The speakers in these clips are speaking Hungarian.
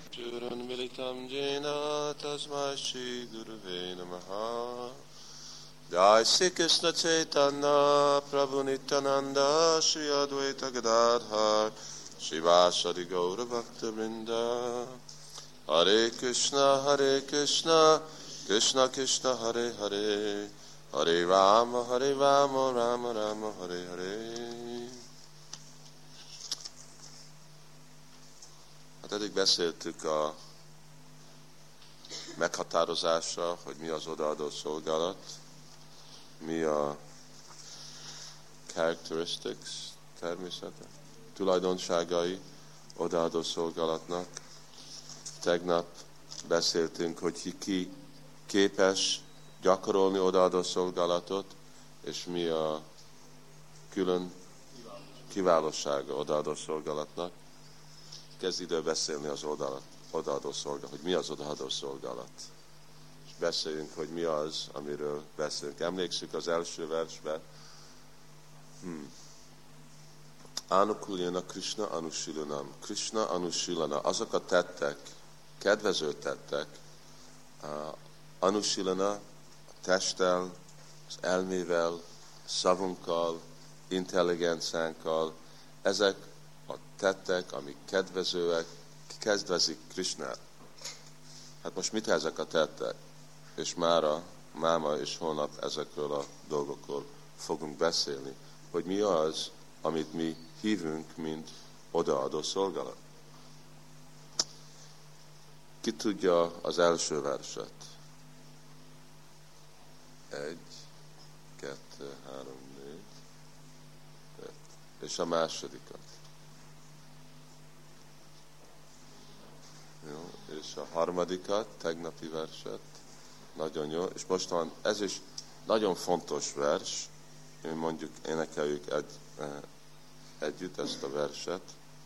Churun militam jena tasmai Shri Gurave Namaha. Jai Shri Krishna Chaitanya Prabhu Nityananda Shri Advaita Gadadhar Shivasadi Gaura Bhakta Vrinda. Hare Krishna Krishna Krishna Hare Hare, Hare Rama Rama Rama Hare Hare. Hát eddig beszéltük a meghatározásra, hogy mi az odaadó szolgálat, mi a characteristics, természete, tulajdonságai odaadó szolgálatnak. Tegnap beszéltünk, hogy ki képes gyakorolni odaadó szolgálatot, és mi a külön kiválósága odaadó szolgálatnak. Kezd idő beszélni az odaadó szolgálat, hogy mi az odaadó szolgálat. És beszéljünk, hogy mi az, amiről beszélünk. Emlékszünk az első versben. Anukuljana Krishna Anusilanam. Krishna Anusilana. Azok a tettek, kedvező tettek, Anusilana, a testtel, az elmével, szavunkkal, intelligenciánkkal, ezek a tettek, amik kedvezőek, kedvezik Krishnát. Hát most mit ezek a tettek? És máma és holnap ezekről a dolgokról fogunk beszélni, hogy mi az, amit mi hívunk, mint odaadó szolgálat. Ki tudja az első verset? 1, 2, 3, 4, 5. És a másodikat. Jó, és a harmadikat, tegnapi verset. Nagyon jó. És most van, ez is nagyon fontos vers. Mondjuk énekeljük együtt ezt a verset.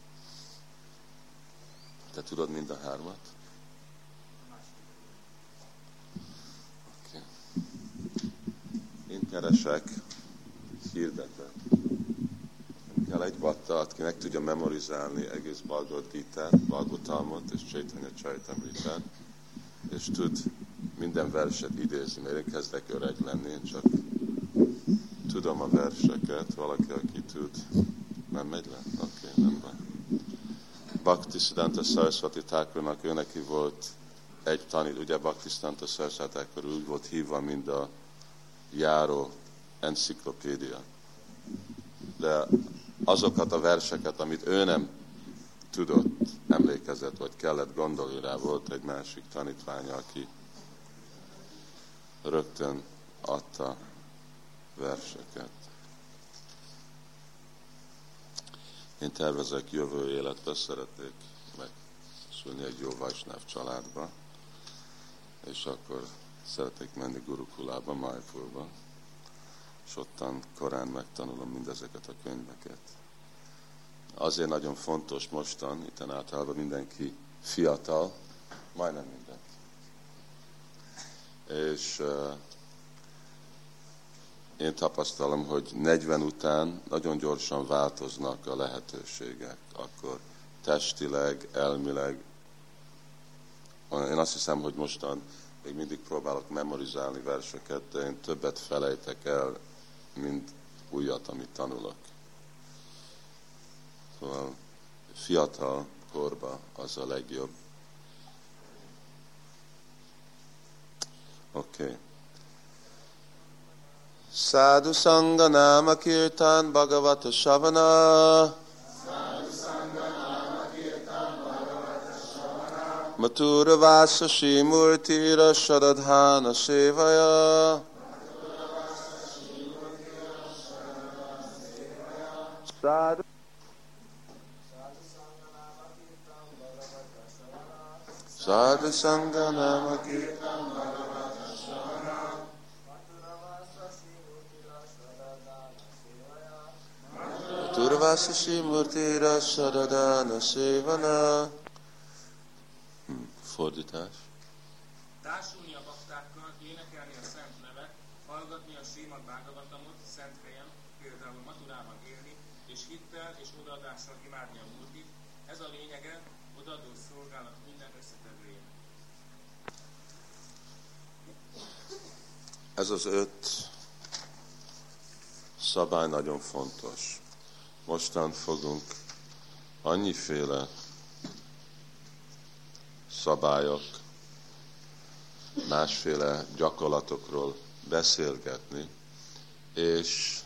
Te tudod mind a hármat? Okay. Én keresek, hirdetek. Kell egy batta, aki meg tudja memorizálni egész Bhagavad Gitát, Bhagavatamot és Chaitanya Charitamritát, és tud minden verset idézni, mert én kezdek öreg lenni, én csak tudom a verseket, valaki, aki tud. Nem megy le? Oké, nem van. Bhaktisiddhanta Saraswati Thakurnak ő neki volt egy tanít, ugye Bhaktisiddhanta Saraswati Thakur úgy volt hívva, mint a járó enciklopédia. De azokat a verseket, amit ő nem tudott, emlékezett, vagy kellett gondolni rá, volt egy másik tanítványa, aki rögtön adta verseket. Én tervezek jövő életbe, szeretnék megszülni egy jó Vajsnáv családba, és akkor szeretnék menni Gurukulába, Mayapurba, és ottan korán megtanulom mindezeket a könyveket. Azért nagyon fontos mostan, itten általában mindenki fiatal, majdnem mindenki. És én tapasztalom, hogy 40 után nagyon gyorsan változnak a lehetőségek. Akkor testileg, elmileg. Én azt hiszem, hogy mostan még mindig próbálok memorizálni verseket, de én többet felejtek el, mint újat, amit tanulok. Szóval fiatal korban az a legjobb. Oké. Sadhu Sangha Nama Kirtan Bhagavata Shavana Mathura Vasa Shri Murtira Shradhana Sevaya Sadhu Sadhu Sangha Nama Kirtan Turvasa Simurtira Saradana Sevana. Fordítás. Társulni a baktákkal, énekelni a szent nevet, hallgatni a Srimad Bhagavatamot szent helyen, például Mathurában élni, és hittel és odaadással imádni a Murtit. Ez a lényege odaadó szolgálat minden összetevőjének. Ez az 5 szabály nagyon fontos. Mostan fogunk annyiféle szabályok, másféle gyakorlatokról beszélgetni, és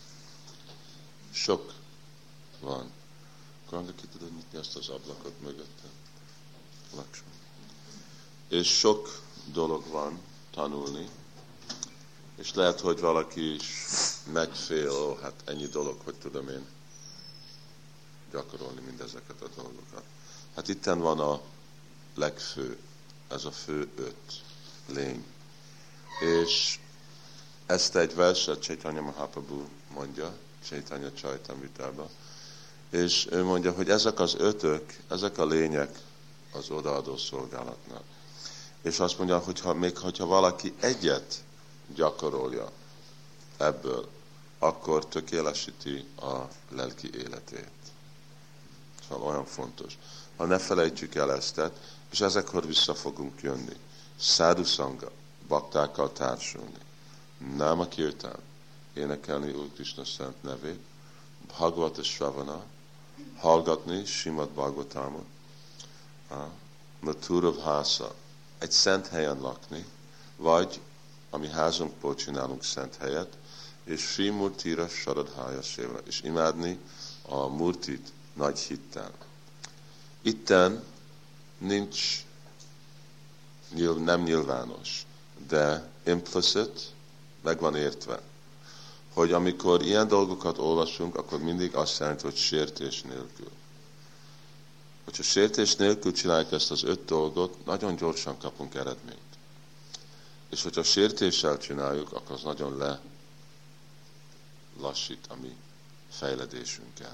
sok van. Karanga, ki tudod nyitni ezt az ablakot mögöttem? Lakshmi. És sok dolog van tanulni, és lehet, hogy valaki is megfél, hát ennyi dolog, hogy tudom én gyakorolni mindezeket a dolgokat. Hát itten van a legfő, ez a fő 5 lény. És ezt egy verset Chaitanya Mahaprabhu mondja, Chaitanya Charitamritaban, és ő mondja, hogy ezek az 5-ök, ezek a lények az odaadó szolgálatnak. És azt mondja, hogy még hogyha valaki egyet gyakorolja ebből, akkor tökélesíti a lelki életét. Szóval olyan fontos. Ha ne felejtjük el ezt, és ezekkor vissza fogunk jönni. Szádu szanga, baktákkal társulni. Náma kirtán, énekelni Úr Krishna szent nevét, Bhagavata Shravana, hallgatni Simad Bhagavatamot, Mathura Bhasa, egy szent helyen lakni, vagy ami házunkból csinálunk szent helyet, és Sri Murtira Saradhája Sévra, és imádni a Murtit nagy hittel. Itten nincs nem nyilvános, de implicit, meg van értve, hogy amikor ilyen dolgokat olvasunk, akkor mindig azt jelenti, hogy sértés nélkül. Hogyha sértés nélkül csináljuk ezt az 5 dolgot, nagyon gyorsan kapunk eredményt. És hogyha sértéssel csináljuk, akkor az nagyon lelassít a mi fejledésünket.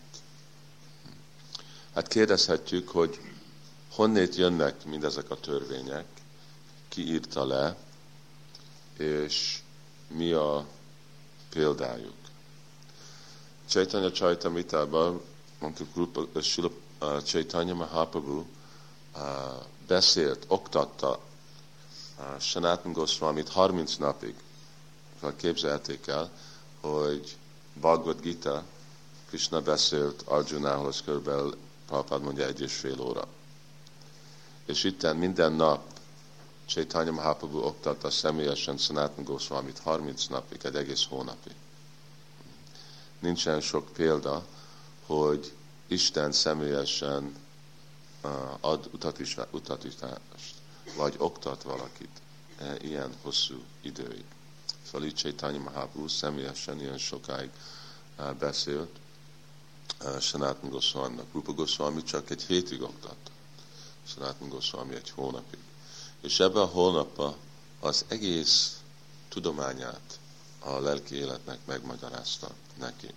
Hát kérdezhetjük, hogy honnét jönnek mindezek a törvények, ki írta le, és mi a példájuk. Chaitanya Charitamritában mondtuk, Chaitanya Mahaprabhu beszélt, oktatta Sanatana Goswamit 30 napig. Képzelték el, hogy Bhagavad Gita, Krishna beszélt Arjunához körülbelül, Prabhupád mondja 1,5 óra. És itten minden nap Chaitanya Mahaprabhu oktatta személyesen Sanatana Goswamit 30 napig, egy egész hónapig. Nincsen sok példa, hogy Isten személyesen ad utatítást, vagy oktat valakit ilyen hosszú időig. Szóval így Chaitanya Mahaprabhu személyesen ilyen sokáig beszélt Sanatana Goswaminak. Rupa Goswami csak egy hétig oktatta, Sanatana Goswami egy hónapig. És ebben a hónapban az egész tudományát a lelki életnek megmagyarázta neki.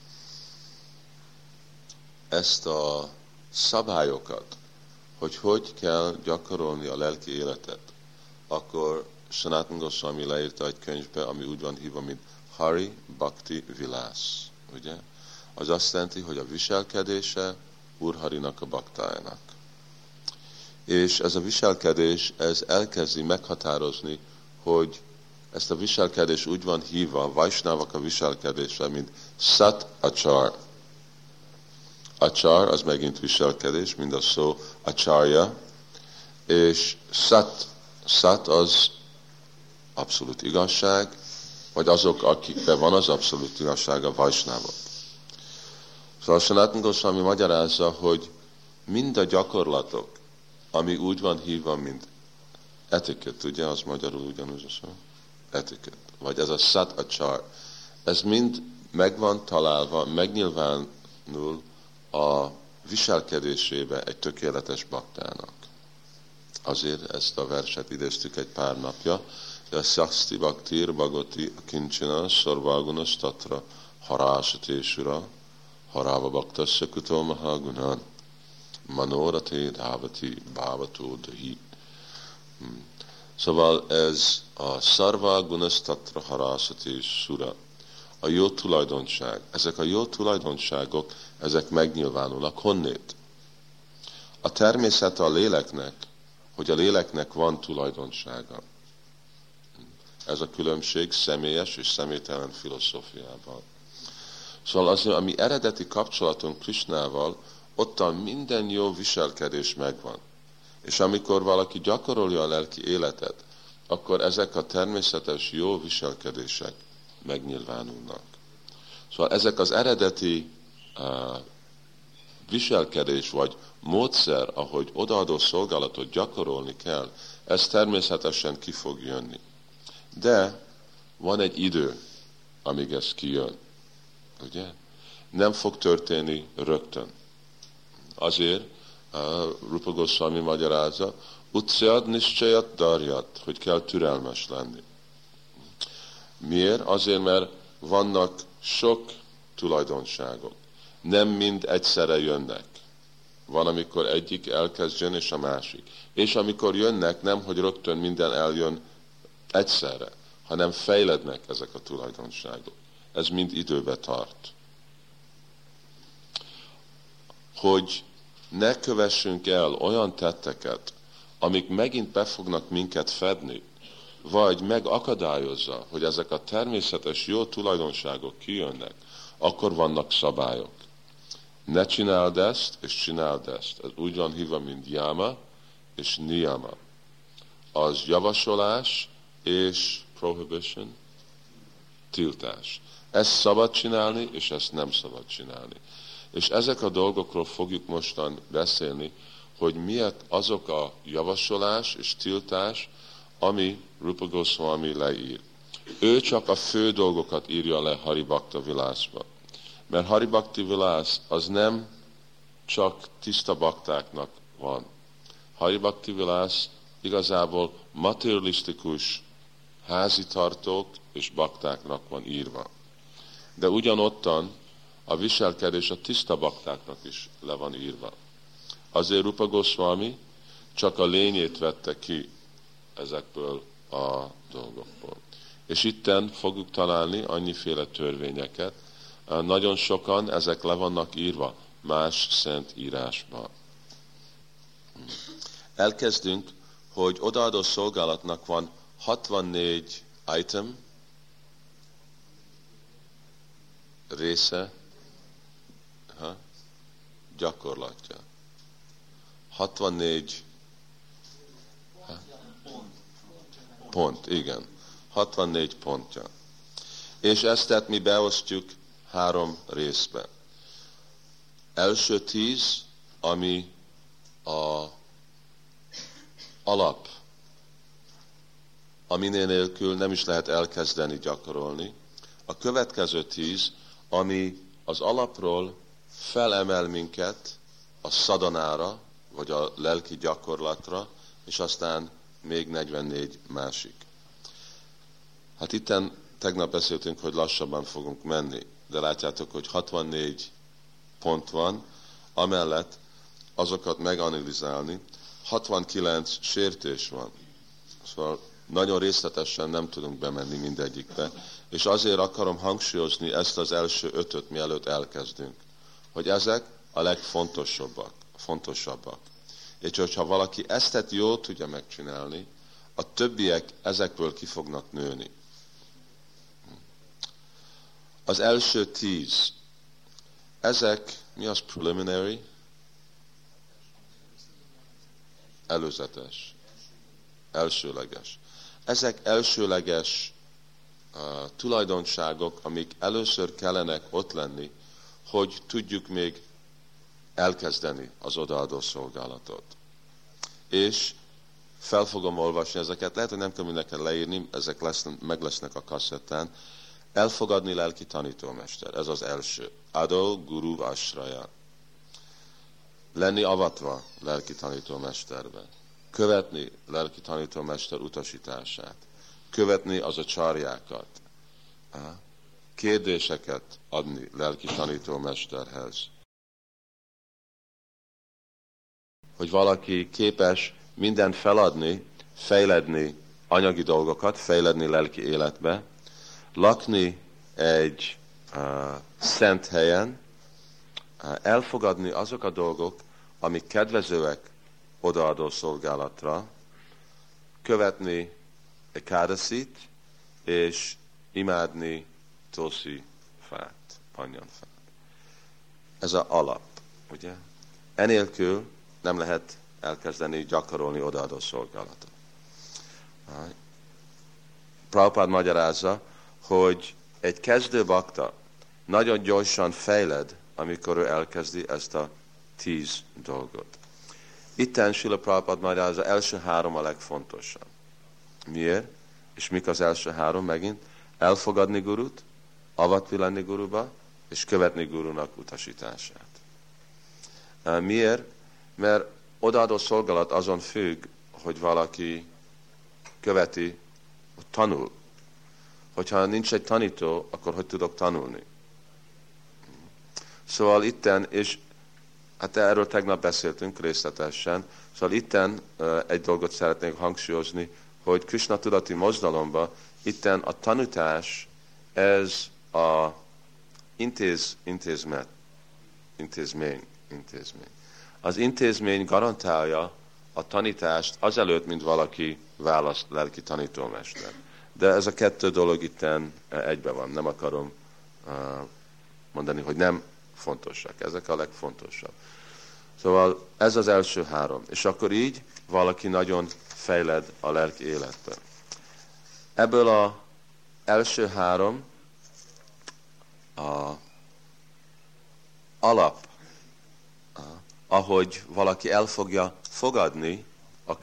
Ezt a szabályokat, hogy kell gyakorolni a lelki életet, akkor Sanatana Goswami leírta egy könyvbe, ami úgy van hívva, mint Hari Bhakti Vilász. Ugye? Az azt jelenti, hogy a viselkedése Úr Harinak a baktájának. És ez a viselkedés, ez elkezdi meghatározni, hogy ezt a viselkedés úgy van hívva, a Vaisnavak a viselkedése, mint Sat Achar. Achar, az megint viselkedés, mind a szó acharya, és Sat az abszolút igazság, vagy azok, akikben van az abszolút igazság, a Vaisnavok. Szóval Sanatana Goswami magyarázza, hogy mind a gyakorlatok, ami úgy van hívva, mint etiket, ugye, az magyarul ugyanúgy a szó? Etiket. Vagy ez a Sat Achar. Ez mind meg van találva, megnyilvánul a viselkedésébe egy tökéletes baktának. Azért ezt a verset idéztük egy pár napja. Szaszti baktir bagoti kincsina szorvágunas tatra harásatésura haráva baktasya kutó mahagunan manórati dávati bávató dahi. Szóval ez a szarva gunas tatra harásatésura, a jó tulajdonság. Ezek a jó tulajdonságok, ezek megnyilvánulnak. Honnét? A természete a léleknek hogy a léleknek van tulajdonsága. Ez a különbség személyes és személytelen filozófiában. Szóval az, ami eredeti kapcsolatunk Krisnával, ottan minden jó viselkedés megvan. És amikor valaki gyakorolja a lelki életet, akkor ezek a természetes jó viselkedések megnyilvánulnak. Szóval ezek az eredeti viselkedés vagy módszer, ahogy odaadó szolgálatot gyakorolni kell, ez természetesen ki fog jönni. De van egy idő, amíg ez kijön. Ugye? Nem fog történni rögtön. Azért Rupa Goswami magyarázza, utsyad nischayat darjat, hogy kell türelmes lenni. Miért? Azért, mert vannak sok tulajdonságok. Nem mind egyszerre jönnek. Van, amikor egyik elkezdjön, és a másik. És amikor jönnek, nem, hogy rögtön minden eljön egyszerre, hanem fejlednek ezek a tulajdonságok. Ez mind időbe tart. Hogy ne kövessünk el olyan tetteket, amik megint be fognak minket fedni, vagy megakadályozza, hogy ezek a természetes jó tulajdonságok kijönnek, akkor vannak szabályok. Ne csináld ezt, és csináld ezt. Ez úgy van hívva, mint yama és niyama. Az javasolás és prohibition, tiltás. Ezt szabad csinálni, és ezt nem szabad csinálni. És ezek a dolgokról fogjuk mostan beszélni, hogy miért azok a javasolás és tiltás, ami Rupa Goswami leír. Ő csak a fő dolgokat írja le Haribhakta Vilászba. Mert Haribhakti Vilász az nem csak tiszta baktáknak van. Haribhakti Vilász igazából materialisztikus házitartók és baktáknak van írva. De ugyanottan a viselkedés a tiszta baktáknak is le van írva. Azért Rupa Goswami csak a lényét vette ki ezekből a dolgokból. És itten fogjuk találni annyiféle törvényeket. Nagyon sokan ezek le vannak írva más szent írásban. Elkezdünk, hogy odaadó szolgálatnak van 64 item, része, gyakorlatja. 64 pont, igen. 64 pontja. És ezt tehát mi beosztjuk 3 részbe. Első 10, ami a alap, aminél nélkül nem is lehet elkezdeni gyakorolni. A következő 10, ami az alapról felemel minket a szadanára, vagy a lelki gyakorlatra, és aztán még 44 másik. Hát itten tegnap beszéltünk, hogy lassabban fogunk menni, de látjátok, hogy 64 pont van, amellett azokat meganalizálni, 69 sértés van. Szóval nagyon részletesen nem tudunk bemenni mindegyikbe, és azért akarom hangsúlyozni ezt az első 5-öt, mielőtt elkezdünk, hogy ezek a legfontosabbak. És hogyha valaki ezt jól tudja megcsinálni, a többiek ezekből ki fognak nőni. Az első 10, ezek, mi az preliminary? Előzetes. Elsőleges. Ezek elsőleges tulajdonságok, amik először kellenek ott lenni, hogy tudjuk még elkezdeni az odaadó szolgálatot. És fel fogom olvasni ezeket, lehet, hogy nem kell mindenket leírni, ezek meg lesznek a kaszettán. Elfogadni lelki tanítómester, ez az első. Ado Guru Vasraja. Lenni avatva lelki tanítómesterbe. Követni lelki tanítómester utasítását. Követni az a csarjákat. Kérdéseket adni lelki tanítómesterhez. Hogy valaki képes mindent feladni, fejledni anyagi dolgokat, fejledni lelki életbe, lakni egy szent helyen, elfogadni azok a dolgok, amik kedvezőek odaadó szolgálatra, követni Ekadasit, és imádni Tulsi fát, panjan fát. Ez az alap, ugye? Enélkül nem lehet elkezdeni gyakorolni odaadó szolgálatot. Prabhupád magyarázza, hogy egy kezdő bakta nagyon gyorsan fejled, amikor ő elkezdi ezt a 10 dolgot. Itten Srila Prabhupád magyarázza, első 3 a legfontosabb. Miért? És mik az első 3 megint? Elfogadni gurut, avatni lenni guruba, és követni gurunak utasítását. Miért? Mert odaadó szolgálat azon függ, hogy valaki követi, tanul. Hogyha nincs egy tanító, akkor hogy tudok tanulni? Szóval itten, és hát erről tegnap beszéltünk részletesen, szóval itten egy dolgot szeretnék hangsúlyozni, hogy Krishna tudati mozdalomban itten a tanítás, ez a intézmény. Az intézmény garantálja a tanítást azelőtt, mint valaki választ lelki tanítómester. De ez a 2 dolog itten egybe van. Nem akarom mondani, hogy nem fontosak. Ezek a legfontosabb. Szóval ez az első 3. És akkor így valaki nagyon fejled a lelki életben. Ebből az első 3 a alap, ahogy valaki el fogja fogadni a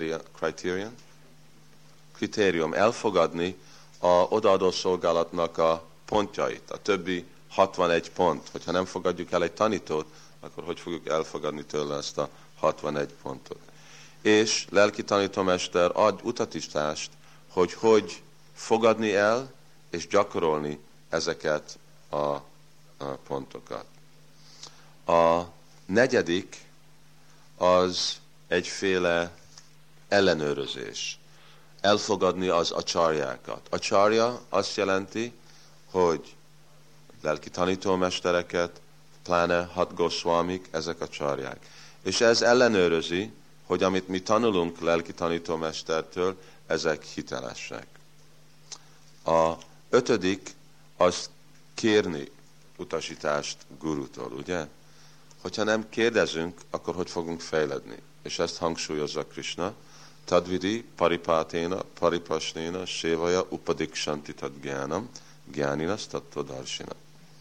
kritérium, elfogadni a odaadó szolgálatnak a pontjait, a többi 61 pont. Hogyha nem fogadjuk el egy tanítót, akkor hogy fogjuk elfogadni tőle ezt a 61 pontot. És lelki tanítómester ad utatítást, hogy fogadni el és gyakorolni ezeket a pontokat. A 4. az egyféle ellenőrzés. Elfogadni az acsarjákat. Acsarja azt jelenti, hogy lelki tanítómestereket, pláne 6 Goswamik, ezek a csarják. És ez ellenőrzi, hogy amit mi tanulunk lelki tanítómestertől, ezek hitelesek. A 5. az kérni utasítást gurutól, ugye? Hogyha nem kérdezünk, akkor hogy fogunk fejledni? És ezt hangsúlyozza Krishna. Tadvidi paripáténa, paripasnéna, sévaja, upadikshanti tad gyánam, gyáninas tattva darsina.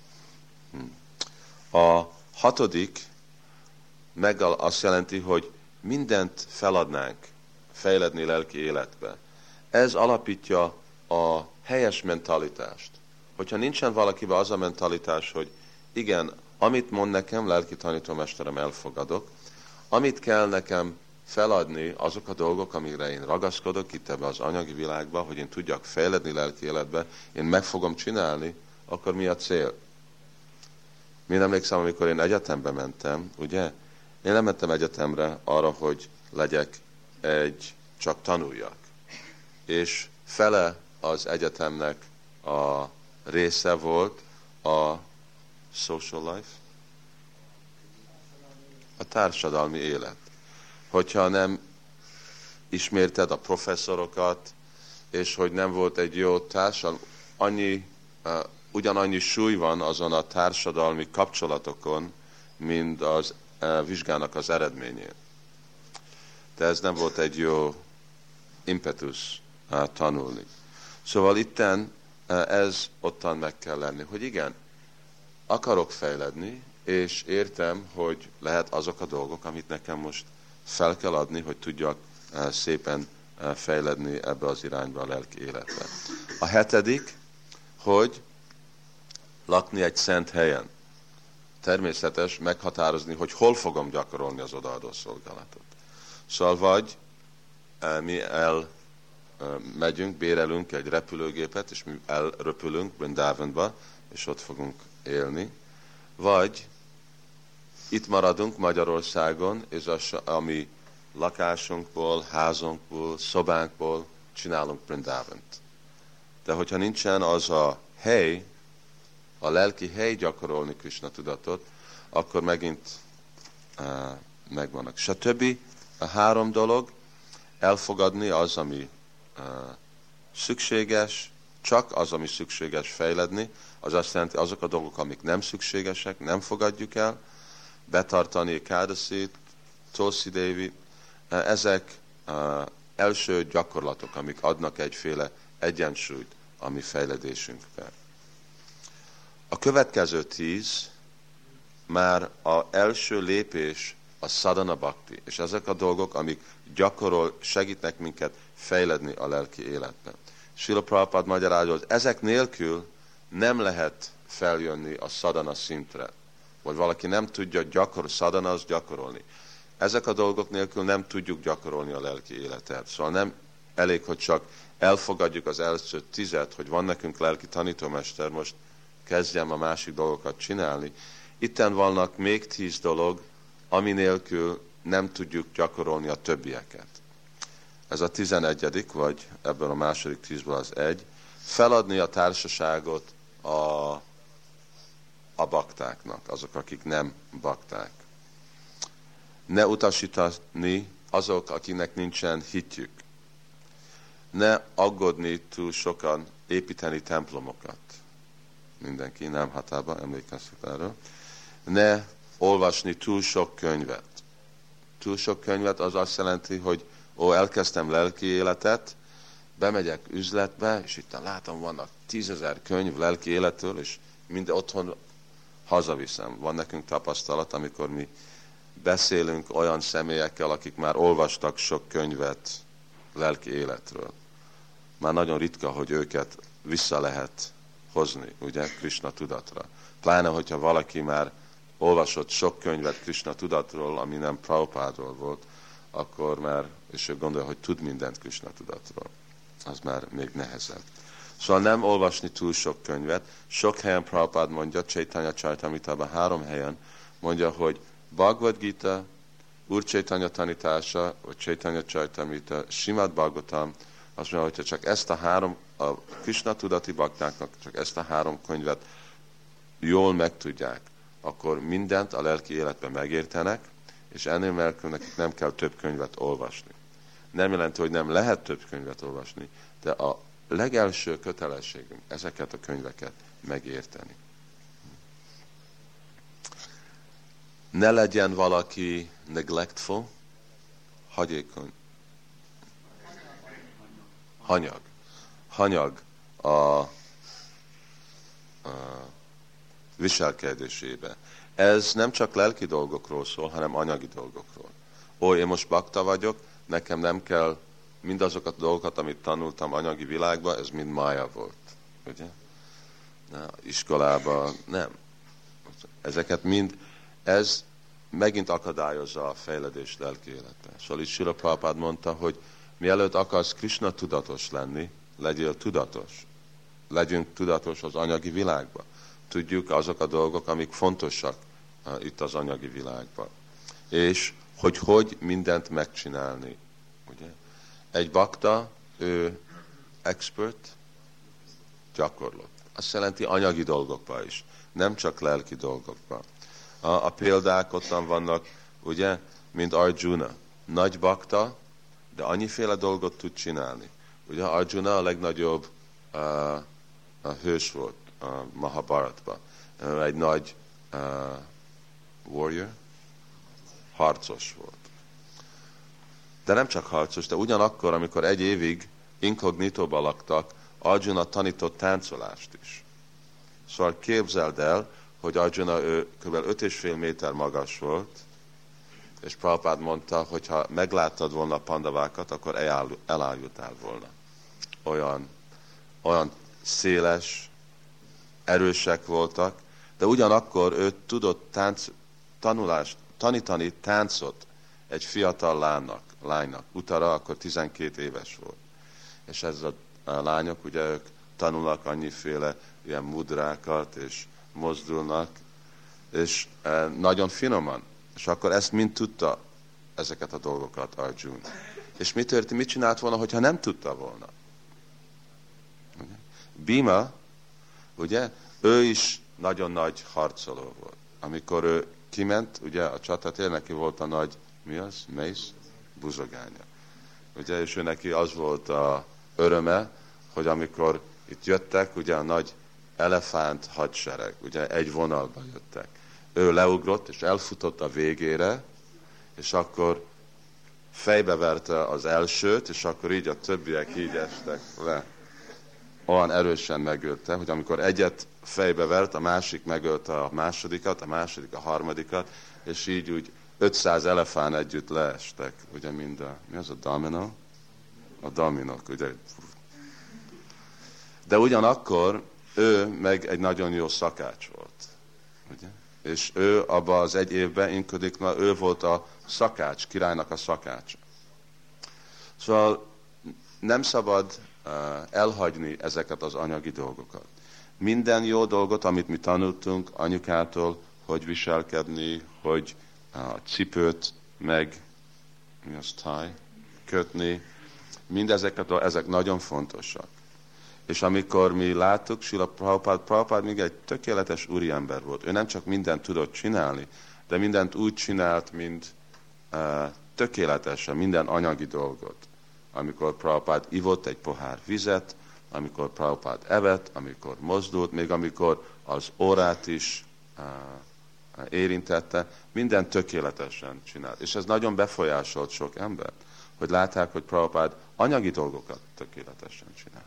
A 6. meg azt jelenti, hogy mindent feladnánk fejledni lelki életbe. Ez alapítja a helyes mentalitást. Hogyha nincsen valakiben az a mentalitás, hogy igen, amit mond nekem, lelki tanítómesterem, elfogadok, amit kell nekem feladni, azok a dolgok, amire én ragaszkodok itt ebbe az anyagi világba, hogy én tudjak fejledni lelki életbe, én meg fogom csinálni, akkor mi a cél? Én emlékszem, amikor én egyetembe mentem, ugye? Én nem mentem egyetemre arra, hogy legyek csak tanuljak. És fele az egyetemnek a része volt a social life, a társadalmi élet. Hogyha nem ismerted a professzorokat, és hogy nem volt egy jó társadalmi, ugyanannyi súly van azon a társadalmi kapcsolatokon, mint az vizsgának az eredményén. De ez nem volt egy jó impetus tanulni. Szóval itten ez ottan meg kell lenni, hogy igen, akarok fejledni, és értem, hogy lehet azok a dolgok, amit nekem most fel kell adni, hogy tudjak szépen fejledni ebbe az irányba a lelki életbe. A 7, hogy lakni egy szent helyen. Természetes meghatározni, hogy hol fogom gyakorolni az odaadó szolgálatot. Szóval vagy mi elmegyünk, bérelünk egy repülőgépet, és mi elröpülünk Vrindavanba, és ott fogunk élni. Vagy itt maradunk Magyarországon, és a mi lakásunkból, házunkból, szobánkból csinálunk Vrindavant. De hogyha nincsen az a hely, a lelki hely gyakorolni Krishna tudatot, akkor megint megvannak. És a többi A 3 dolog, elfogadni az, ami szükséges, csak az, ami szükséges fejledni, az azt jelenti, azok a dolgok, amik nem szükségesek, nem fogadjuk el, betartani Kádaszit, Tulsi Devi, ezek első gyakorlatok, amik adnak egyféle egyensúlyt a mi fejledésünkben. A következő 10 már az első lépés a sadhana bhakti, és ezek a dolgok, amik segítnek minket fejledni a lelki életben. Srila Prabhupád magyarázza, hogy ezek nélkül nem lehet feljönni a sadhana szintre. Vagy valaki nem tudja sadhana az gyakorolni. Ezek a dolgok nélkül nem tudjuk gyakorolni a lelki életet. Szóval nem elég, hogy csak elfogadjuk az első 10, hogy van nekünk lelki tanítómester, most kezdjem a másik dolgokat csinálni. Itten vannak még 10 dolog, ami nélkül nem tudjuk gyakorolni a többieket. Ez a 11. vagy ebből a második 10-ből az 1. Feladni a társaságot a baktáknak, azok, akik nem bakták. Ne utasítani azok, akiknek nincsen hitjük. Ne aggódni túl sokan építeni templomokat. Mindenki nem hatában emlékezhet erről. Ne olvasni túl sok könyvet. Túl sok könyvet az azt jelenti, hogy elkezdtem lelki életet, bemegyek üzletbe, és itt látom, vannak 10 000 könyv lelki életről, és minden otthon hazaviszem. Van nekünk tapasztalat, amikor mi beszélünk olyan személyekkel, akik már olvastak sok könyvet lelki életről. Már nagyon ritka, hogy őket vissza lehet hozni, ugye, Krishna tudatra. Pláne, hogyha valaki már olvasott sok könyvet Krishna tudatról, ami nem Prabhupádról volt, akkor már, és ő gondolja, hogy tud mindent Krishna tudatról. Az már még nehezebb. Szóval nem olvasni túl sok könyvet. Sok helyen Prabhupád mondja, Chaitanya Charitamritában 3 helyen mondja, hogy Bhagavad Gita, Úr Chaitanya tanítása, vagy Chaitanya Charitamrita, Srimad Bhagavatam, azt mondja, hogyha csak ezt a 3, a Krishna tudati baktáknak csak ezt a 3 könyvet jól megtudják, akkor mindent a lelki életben megértenek, és ennél nélkül nekik nem kell több könyvet olvasni. Nem jelenti, hogy nem lehet több könyvet olvasni, de a legelső kötelességünk ezeket a könyveket megérteni. Ne legyen valaki neglectful, hagyékony. Hanyag a viselkedésébe. Ez nem csak lelki dolgokról szól, hanem anyagi dolgokról. Én most bakta vagyok, nekem nem kell mindazokat a dolgokat, amit tanultam anyagi világban, ez mind mája volt. Ugye? Iskolában nem. Ezeket mind, ez megint akadályozza a fejledést lelki életben. Szóval itt Srila Prabhupád mondta, hogy mielőtt akarsz Krishna tudatos lenni, legyél tudatos. Legyünk tudatos az anyagi világban. Tudjuk azok a dolgok, amik fontosak itt az anyagi világban. És hogy mindent megcsinálni. Ugye? Egy bakta, ő expert, gyakorlott. Azt jelenti anyagi dolgokban is, nem csak lelki dolgokban. A példák ottan vannak, ugye, mint Arjuna. Nagy bakta, de annyiféle dolgot tud csinálni. Ugye Arjuna a legnagyobb hős volt a Mahabharatban. Egy nagy warrior, harcos volt. De nem csak harcos, de ugyanakkor, amikor 1 évig inkognitóban laktak, Arjuna tanított táncolást is. Szóval képzeld el, hogy Arjuna ő kb. 5,5 méter magas volt, és Prabhupád mondta, hogy ha megláttad volna a pandavákat, akkor elájultál volna. Olyan széles, erősek voltak, de ugyanakkor ő tudott tanítani táncot egy fiatal lánynak. Utána akkor 12 éves volt. És ez a lányok, ugye ők tanulnak annyiféle ilyen mudrákat, és mozdulnak, és nagyon finoman. És akkor ezt mind tudta, ezeket a dolgokat Arjuna. És mit csinált volna, hogyha nem tudta volna? Bhima, ugye, ő is nagyon nagy harcoló volt. Amikor ő kiment, ugye a csatatér, neki volt a nagy, mi az? buzogánya. Ugye, és ő neki az volt a öröme, hogy amikor itt jöttek, ugye a nagy elefánt hadsereg, ugye egy vonalba jöttek. Ő leugrott, és elfutott a végére, és akkor fejbeverte az elsőt, és akkor így a többiek így estek le. Olyan erősen megölte, hogy amikor egyet fejbevert, a másik megölte a másodikat, a második a harmadikat, és így úgy 500 elefán együtt leestek. Ugye mind mi az a domino? A dominok, ugye. De ugyanakkor ő meg egy nagyon jó szakács volt. Ugye? És ő abban az egy évben Inkodikna, ő volt a szakács, királynak a szakácsa. Szóval nem szabad elhagyni ezeket az anyagi dolgokat. Minden jó dolgot, amit mi tanultunk anyukától, hogy viselkedni, hogy a cipőt meg mi az kötni, mindezeket, ezek nagyon fontosak. És amikor mi láttuk, Srila Prabhupád még egy tökéletes úriember volt. Ő nem csak mindent tudott csinálni, de mindent úgy csinált, mint tökéletesen, minden anyagi dolgot. Amikor Prabhupád ivott egy pohár vizet, amikor Prabhupád evett, amikor mozdult, még amikor az órát is érintette, minden tökéletesen csinált. És ez nagyon befolyásolt sok embert, hogy látták, hogy Prabhupád anyagi dolgokat tökéletesen csinált.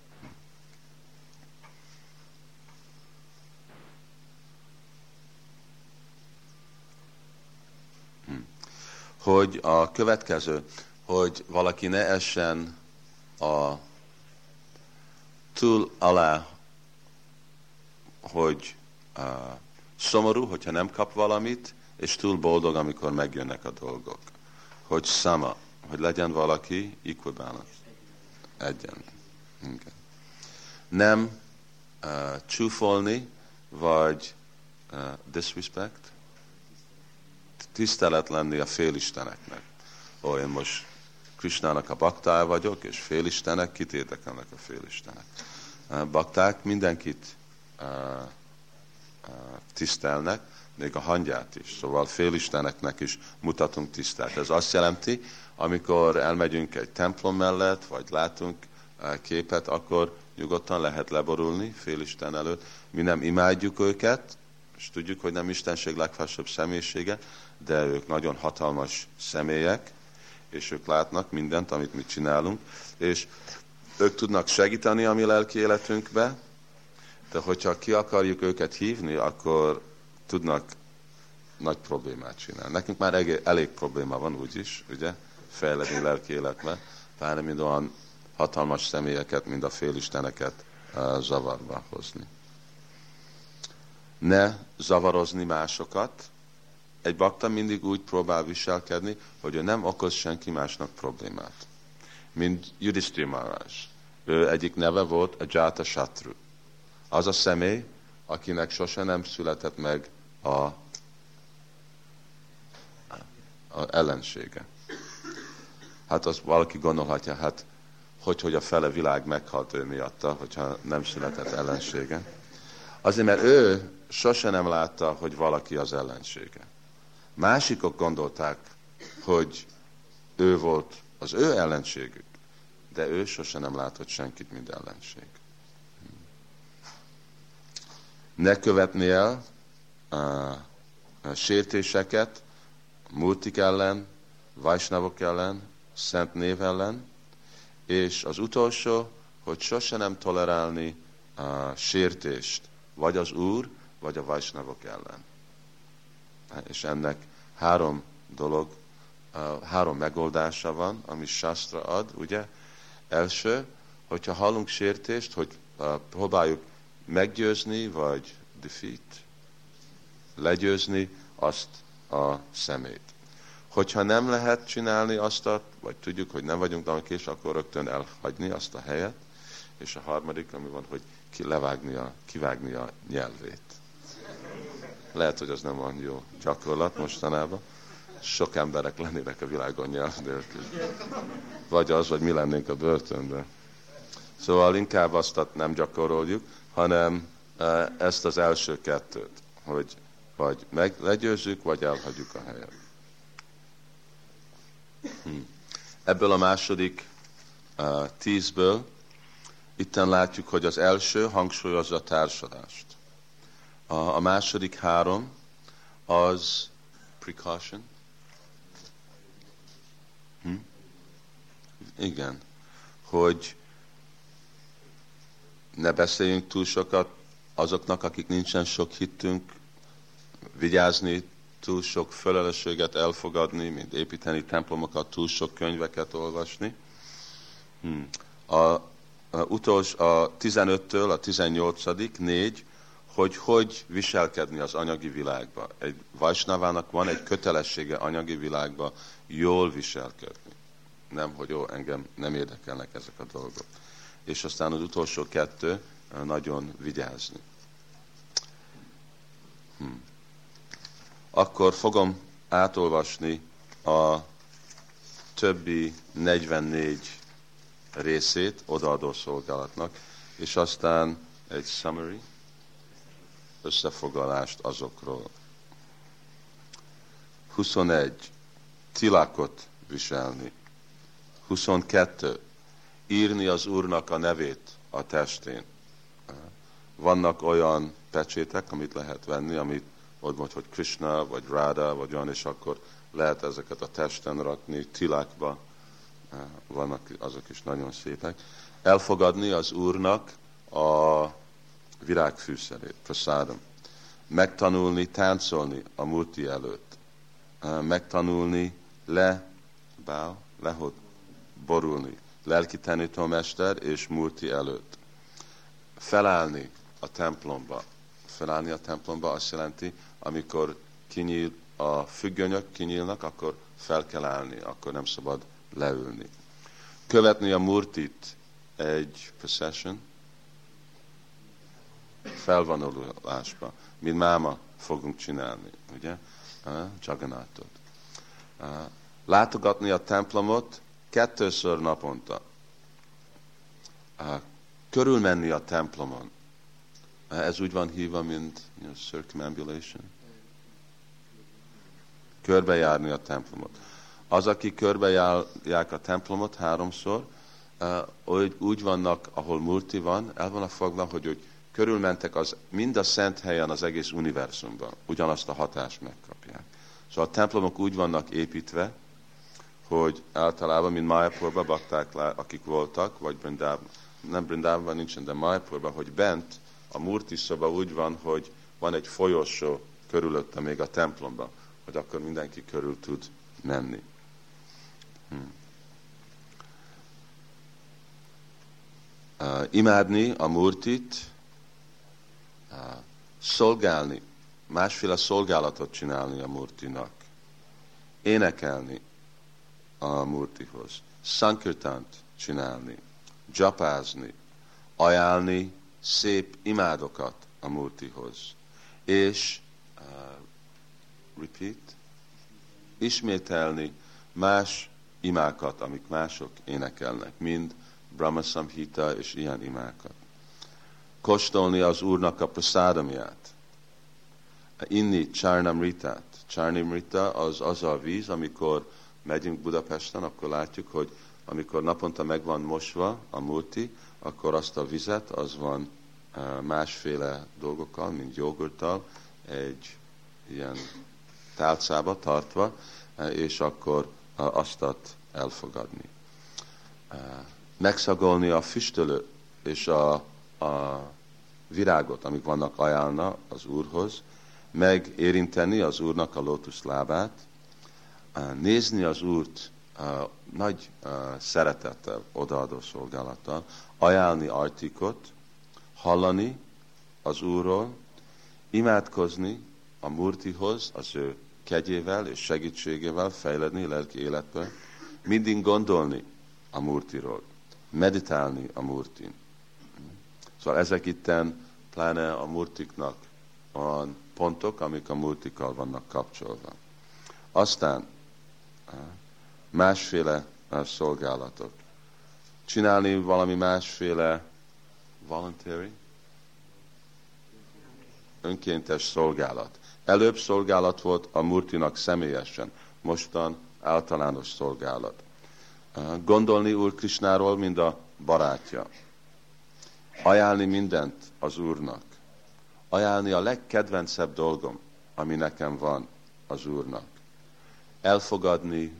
Hogy a következő, hogy valaki ne essen a túl alá, hogy szomorú, hogyha nem kap valamit, és túl boldog, amikor megjönnek a dolgok. Hogy sama, hogy legyen valaki equivalent. Egyen. Okay. Nem csúfolni, vagy disrespect, tisztelet lenni a félisteneknek. Ó, én most Krisnának a baktája vagyok, és félistenek, kit érdekelnek a félistenek? Bakták mindenkit tisztelnek, még a hangyát is. Szóval félisteneknek is mutatunk tisztelt. Ez azt jelenti, amikor elmegyünk egy templom mellett, vagy látunk képet, akkor nyugodtan lehet leborulni félisten előtt. Mi nem imádjuk őket, és tudjuk, hogy nem Istenség legfelsőbb személyisége, de ők nagyon hatalmas személyek, és ők látnak mindent, amit mi csinálunk, és ők tudnak segíteni a mi lelki életünkbe, de hogyha ki akarjuk őket hívni, akkor tudnak nagy problémát csinálni. Nekünk már elég probléma van úgyis, ugye, fejledni lelki életbe, pár mind olyan hatalmas személyeket, mint a félisteneket zavarba hozni. Ne zavarozni másokat. Egy bakta mindig úgy próbál viselkedni, hogy ő nem okoz senki másnak problémát. Mint Yudhishthira Maharaj. Ő egyik neve volt a Jata Shatru. Az a személy, akinek sose nem született meg a ellensége. Hát az valaki gondolhatja, hát hogy a fele világ meghalt ő miatta, hogyha nem született ellensége. Azért, mert ő sose nem látta, hogy valaki az ellensége. Másikok gondolták, hogy ő volt az ő ellenségük, de ő sose nem látott senkit, mint ellenség. Ne követni el sértéseket multik ellen, vajsnavok ellen, szent név ellen, és az utolsó, hogy sose nem tolerálni sértést, vagy az Úr, vagy a vajsnavok ellen. És ennek három megoldása van, ami Shastra ad, ugye? Első, hogyha hallunk sértést, hogy próbáljuk meggyőzni, vagy defeat, legyőzni azt a szemét. Hogyha nem lehet csinálni azt, vagy tudjuk, hogy nem vagyunk tanulkés, akkor rögtön elhagyni azt a helyet. És a harmadik, ami van, hogy kivágni a nyelvét. Lehet, hogy az nem olyan jó gyakorlat mostanában. Sok emberek lennének a világon nyelv nélkül. Vagy az, vagy mi lennénk a börtönben. Szóval inkább azt nem gyakoroljuk, hanem ezt az első kettőt, hogy vagy legyőzzük, vagy elhagyjuk a helyet. Ebből a második 10-ből itten látjuk, hogy az első hangsúlyozza a társadást. A második 3 az precaution. Igen, hogy ne beszéljünk túl sokat azoknak, akik nincsen sok hittünk, vigyázni, túl sok felelősséget elfogadni, mint építeni templomokat, túl sok könyveket olvasni. A 15-től a 18. 4, hogy viselkedni az anyagi világba. Egy vajsnavának van egy kötelessége anyagi világba jól viselkedni. Nem, hogy engem nem érdekelnek ezek a dolgok. És aztán az utolsó 2, nagyon vigyázni. Akkor fogom átolvasni a többi 44 részét odaadó szolgálatnak, és aztán egy summary, összefoglalást azokról. 21. Tilakot viselni. 22. Írni az Úrnak a nevét a testén. Vannak olyan pecsétek, amit lehet venni, amit ott mondja, hogy Krishna, vagy Radha, vagy olyan, és akkor lehet ezeket a testen rakni, tilakba. Vannak azok is nagyon szépek. Elfogadni az Úrnak a virágfűszerét, prasádam. Megtanulni, táncolni a Murti előtt. Megtanulni borulni. Lelki tanítómester és Murti előtt. Felállni a templomba. Felállni a templomba azt jelenti, amikor kinyíl a függönyök, kinyílnak, akkor fel kell állni, akkor nem szabad leülni. Követni a Murtit egy procession, felvonulásba, mint máma fogunk csinálni, ugye? Jagannathot. Látogatni a templomot 2-ször naponta. Körülmenni a templomon. Ez úgy van hívva, mint circumambulation. Körbejárni a templomot. Az, akik körbejárják a templomot 3-szor, úgy vannak, ahol Murti van, el vannak foglalva, hogy körülmentek mind a szent helyen az egész univerzumban. Ugyanazt a hatást megkapják. Szóval a templomok úgy vannak építve, hogy általában, mint Mayapurban bakták le, akik voltak, vagy nem Brindában nincsen, de Mayapurban, hogy bent a Murti szoba úgy van, hogy van egy folyosó körülötte még a templomban, hogy akkor mindenki körül tud menni. Imádni a Murtit, szolgálni, másféle szolgálatot csinálni a Murtinak, énekelni a Murtihoz, sankirtant csinálni, japázni, ajánlni szép imádokat a Murtihoz, és ismételni más imákat, amik mások énekelnek, mind Brahma Samhita és ilyen imákat. Kóstolni az Úrnak a prasádamját, inni Charnamritát. Charnamrita az a víz, amikor megyünk Budapesten, akkor látjuk, hogy amikor naponta meg van mosva a Murti, akkor azt a vizet, az van másféle dolgokkal, mint jogurttal, egy ilyen tálcába tartva, és akkor azt elfogadni. Megszagolni a füstölő és a virágot, amik vannak ajánlna az Úrhoz, megérinteni az Úrnak a lótuszlábát, nézni az Úrt nagy szeretettel, odaadó szolgálattal, ajánlni artikot, hallani az Úrról, imádkozni a Murtihoz, az ő kegyével és segítségével fejledni lelki életben, mindig gondolni a Murtiról, meditálni a Murtin. Szóval ezek itten pláne a Murtiknak a pontok, amik a Murtikkal vannak kapcsolva. Aztán másféle szolgálatok. Csinálni valami másféle voluntary, önkéntes szolgálat. Előbb szolgálat volt a Murtinak személyesen, mostan általános szolgálat. Gondolni Úr Krisnáról, mint a barátja. Ajánlni mindent az Úrnak. Ajánlni a legkedvencebb dolgom, ami nekem van az Úrnak. Elfogadni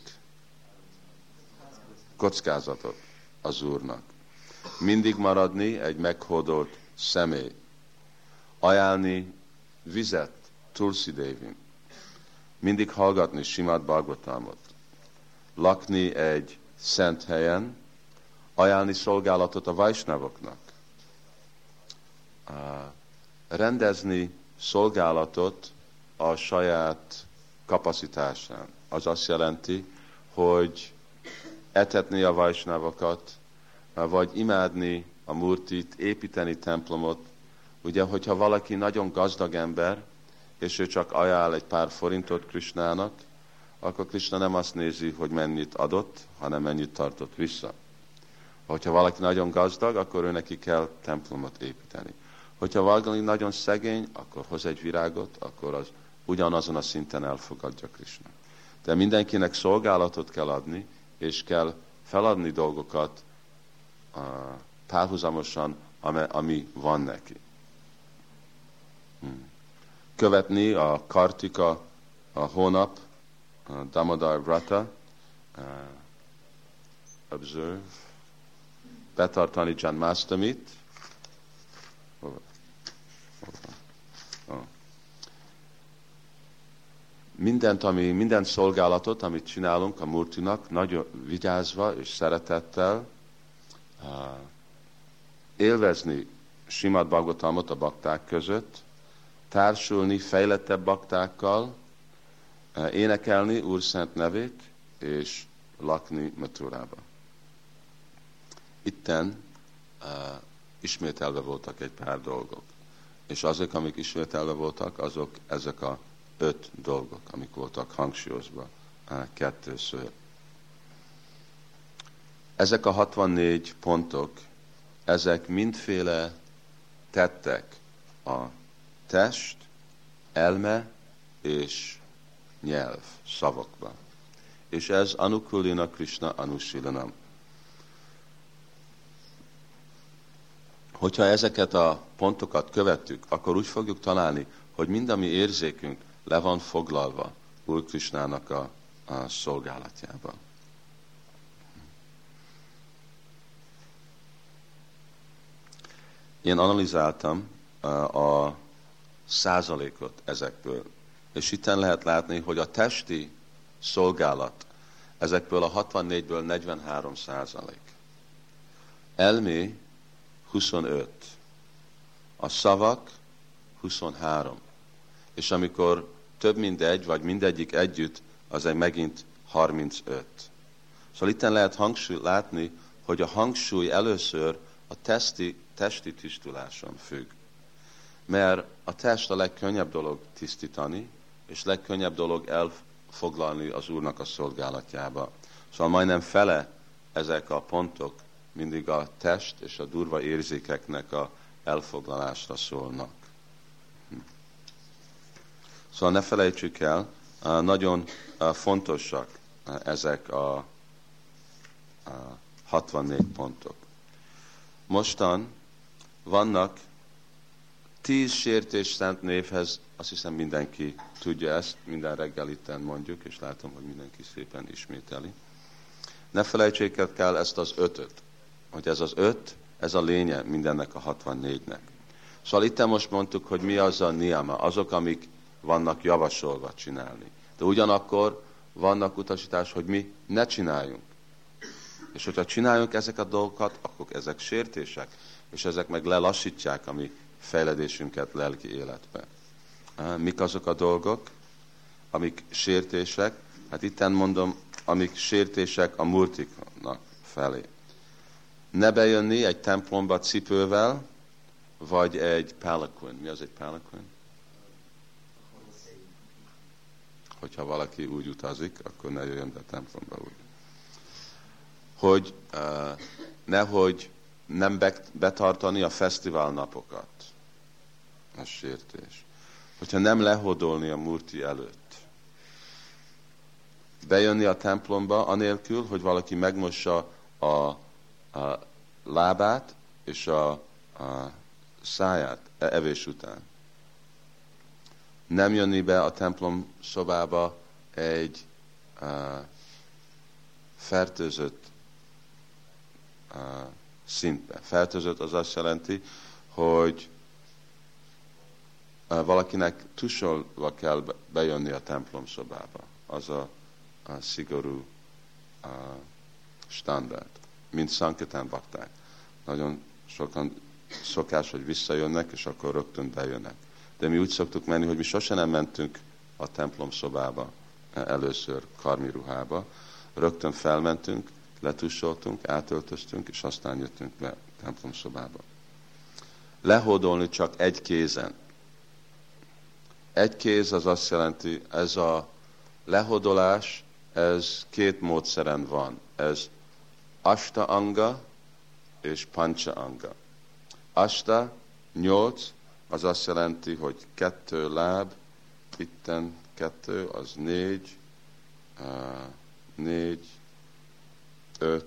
kockázatot az Úrnak. Mindig maradni egy meghódolt személy. Ajánlni vizet Tulsi Devin. Mindig hallgatni Simad Bhagavatamot. Lakni egy szent helyen. Ajánlni szolgálatot a Vaisnavoknak. Rendezni szolgálatot a saját kapacitásán. Az azt jelenti, hogy etetni a Vaisnavokat, vagy imádni a Murtit, építeni templomot. Ugye, hogyha valaki nagyon gazdag ember, és ő csak ajánl egy pár forintot Krisnának, akkor Krishna nem azt nézi, hogy mennyit adott, hanem mennyit tartott vissza. Hogyha valaki nagyon gazdag, akkor ő neki kell templomot építeni. Hogyha valaki nagyon szegény, akkor hoz egy virágot, akkor az ugyanazon a szinten elfogadja Krishna. De mindenkinek szolgálatot kell adni, és kell feladni dolgokat párhuzamosan, ami van neki. Követni a Kartika, a hónap, a Damodar Vrata, observe, betartani Janmastamit, minden szolgálatot, amit csinálunk a Murtinak, nagyon vigyázva és szeretettel, élvezni Simad Bhagavatamot a bakták között, társulni fejlettebb baktákkal, énekelni Úr szent nevét, és lakni Mathurába. Itten ismételve voltak egy pár dolgok. És azok, amik ismételve voltak, azok ezek a 5 dolgok, amik voltak hangsúlyozva kettőször. Ezek a 64 pontok, ezek mindféle tettek a test, elme és nyelv szavakba. És ez Anukulina Krishna Anusilanam. Hogyha ezeket a pontokat követtük, akkor úgy fogjuk találni, hogy mind a mi érzékünk le van foglalva Úr Krishnának a szolgálatjába. Én analizáltam a százalékot ezekből, és itten lehet látni, hogy a testi szolgálat ezekből a 64-ből 43%. Elmé 25. A szavak 23. És amikor több mint egy, vagy mindegyik együtt, az egy megint 35. Szóval itten lehet látni, hogy a hangsúly először a testi tisztuláson függ. Mert a test a legkönnyebb dolog tisztítani, és legkönnyebb dolog elfoglalni az Úrnak a szolgálatjába. Szóval majdnem fele ezek a pontok mindig a test és a durva érzékeknek a elfoglalásra szólnak. Szóval ne felejtsük el, nagyon fontosak ezek a 64 pontok. Mostan vannak 10 sértés szent névhez, azt hiszem mindenki tudja ezt, minden reggel itten mondjuk, és látom, hogy mindenki szépen ismételi. Ne felejtsék el ezt az 5-öt, hogy ez az 5, ez a lénye mindennek a 64-nek. Szóval itten most mondtuk, hogy mi az a niyama, azok, amik vannak javasolva csinálni. De ugyanakkor vannak utasítás, hogy mi ne csináljunk. És hogyha csináljunk ezeket a dolgokat, akkor ezek sértések, és ezek meg lelassítják a mi fejledésünket lelki életbe. Mik azok a dolgok, amik sértések? Hát itten mondom, amik sértések a murtiknak felé. Ne bejönni egy templomba cipővel, vagy egy palanquin. Mi az egy palanquin? Hogyha valaki úgy utazik, akkor ne jöjjön be a templomba úgy. Hogy nehogy nem betartani a fesztivál napokat. Ez sértés. Hogyha nem lehódolni a murti előtt. bejönni a templomba anélkül, hogy valaki megmossa a lábát és a száját evés után. Nem jönni be a templom szobába egy fertőzött szintbe. Fertőzött az azt jelenti, hogy valakinek tusolva kell bejönni a templom szobába. Az a szigorú standard, mint Sankirtan bakták. Nagyon sokan szokás, hogy visszajönnek, és akkor rögtön bejönnek. De mi úgy szoktuk menni, hogy mi sosem nem mentünk a templom szobába, először karmi ruhába. Rögtön felmentünk, letusoltunk, átöltöztünk, és aztán jöttünk be a templom szobába. Lehódolni csak egy kézen. Egy kéz az azt jelenti, ez a lehódolás, ez két módszeren van. Ez Ashta anga és Pancha anga. Ashta, 8, az azt jelenti, hogy 2 láb, itten 2, az 4, 5,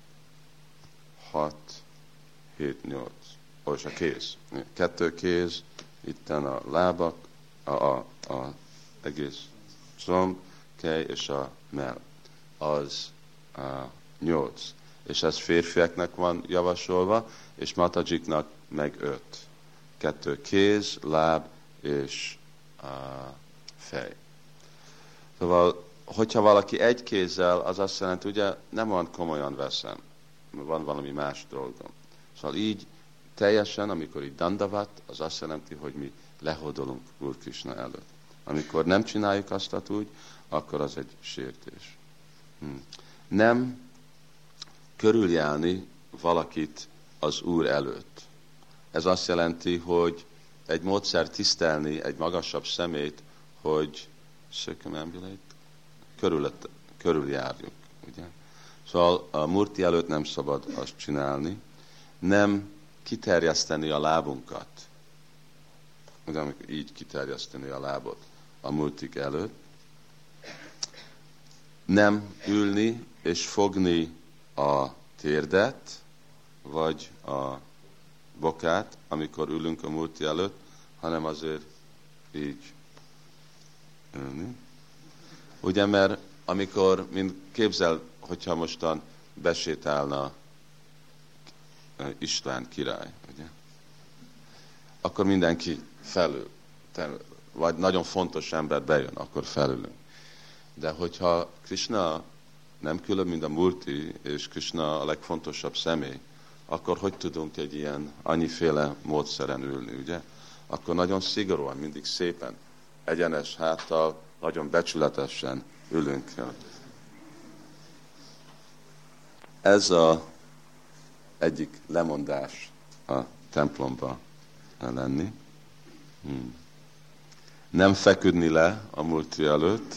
6, 7, 8. És a kéz. 2 kéz, itten a lábak, a egész zomb, és a mell. Az 8. És ez férfiaknak van javasolva, és Matajiknak meg 5. 2 kéz, láb és fej. Szóval, hogyha valaki egy kézzel, az azt jelenti, ugye nem olyan komolyan veszem, van valami más dolgom. Szóval így teljesen, amikor így dandavat, az azt jelenti, hogy mi lehódolunk Úr Krisna előtt. Amikor nem csináljuk azt úgy, akkor az egy sértés. Nem körüljárni valakit az Úr előtt. Ez azt jelenti, hogy egy módszer tisztelni egy magasabb szemét, hogy körüljárjuk. Ugye? Szóval a Murti előtt nem szabad azt csinálni, nem kiterjeszteni a lábunkat. Ugye, amikor így kiterjeszteni a lábot a Murtik előtt. Nem ülni és fogni a térdet, vagy a bokát, amikor ülünk a Murti előtt, hanem azért így ülni. Ugye, mert amikor, mint képzel, hogyha mostan besétálna István király, ugye? Akkor mindenki felül, vagy nagyon fontos ember bejön, akkor felülünk. De hogyha Krishna nem külön, mint a Murti, és Krishna a legfontosabb személy, akkor hogy tudunk egy ilyen annyiféle módszeren ülni, ugye? Akkor nagyon szigorúan, mindig szépen, egyenes háttal, nagyon becsületesen ülünk. Ez az egyik lemondás a templomba lenni. Nem feküdni le a Murti előtt,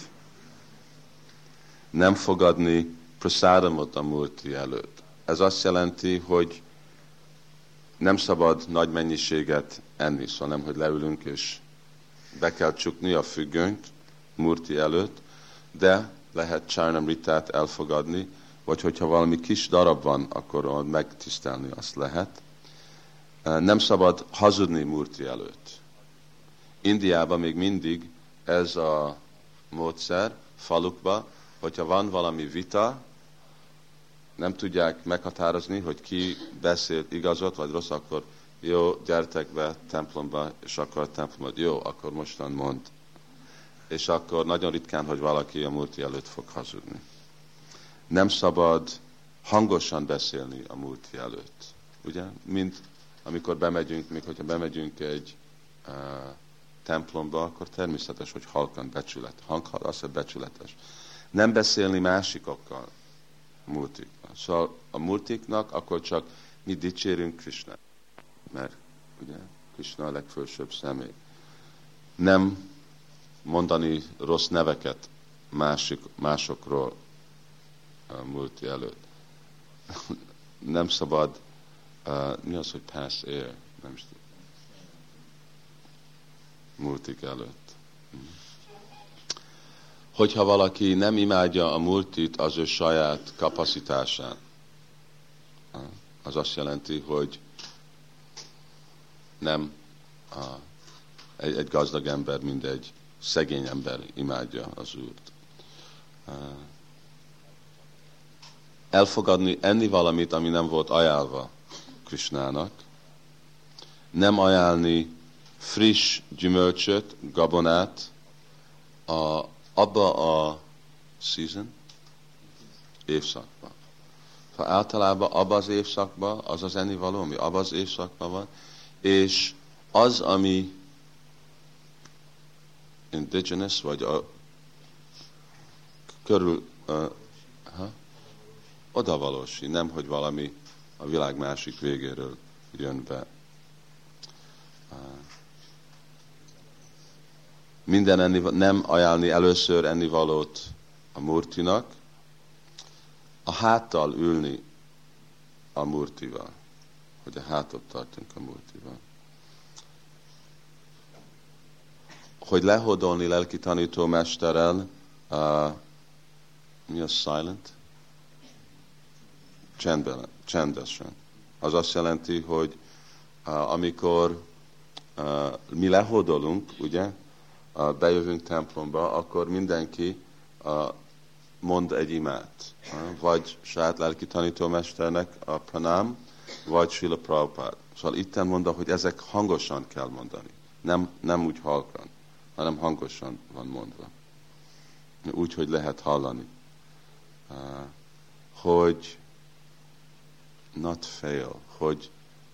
nem fogadni prasadamot a Murti előtt. Ez azt jelenti, hogy nem szabad nagy mennyiséget enni, szóval nem, hogy leülünk és be kell csukni a függönyt Murti előtt, de lehet Charnamritát elfogadni, vagy hogyha valami kis darab van, akkor megtisztelni azt lehet. Nem szabad hazudni Murti előtt. Indiában még mindig ez a módszer, falukba, hogyha van valami vita, nem tudják meghatározni, hogy ki beszélt igazat vagy rossz, akkor jó, gyertek be templomba, és akkor a templomot, jó, akkor mostan mond. És akkor nagyon ritkán, hogy valaki a Murti előtt fog hazudni. Nem szabad hangosan beszélni a Murti előtt. Ugye? Mint amikor bemegyünk, még hogyha bemegyünk egy templomba, akkor természetes, hogy halkan becsület. Az, hogy becsületes. Nem beszélni másikokkal Murtiknak. Szóval a Murtiknak akkor csak mi dicsérünk Krishnát. Mert ugye Krishna a legfelsőbb személy. Nem mondani rossz neveket másokról a Murti előtt. Nem szabad, mi az, hogy pass air? Nem is tudom. Murtik előtt. Hogyha valaki nem imádja a Murtit az ő saját kapacitásán, az azt jelenti, hogy nem egy gazdag ember, mint egy szegény ember imádja az Úrt. Elfogadni, enni valamit, ami nem volt ajánlva Krisnának, nem ajánlni friss gyümölcsöt, gabonát abba a évszakban. Ha általában abba az évszakban az az ennivaló, ami abba az évszakban van, és az, ami indigenous, vagy körül odavalósi, nem, hogy valami a világ másik végéről jön be. Minden nem ajánlni először ennivalót a Murtinak, a háttal ülni a Murtival, hogy a hátot tartunk a Murtival. Hogy lehódolni lelki tanítómesterrel, mi a silent? Csendesen. Az azt jelenti, hogy amikor mi lehódolunk, ugye, bejövünk templomba, akkor mindenki mond egy imát. Vagy saját lelki tanítómesternek a pranám, vagy Srila Prabhupád. Szóval itten mondta, hogy ezek hangosan kell mondani. Nem úgy halkan, hanem hangosan van mondva. Úgy, hogy lehet hallani. Hogy not fail, hogy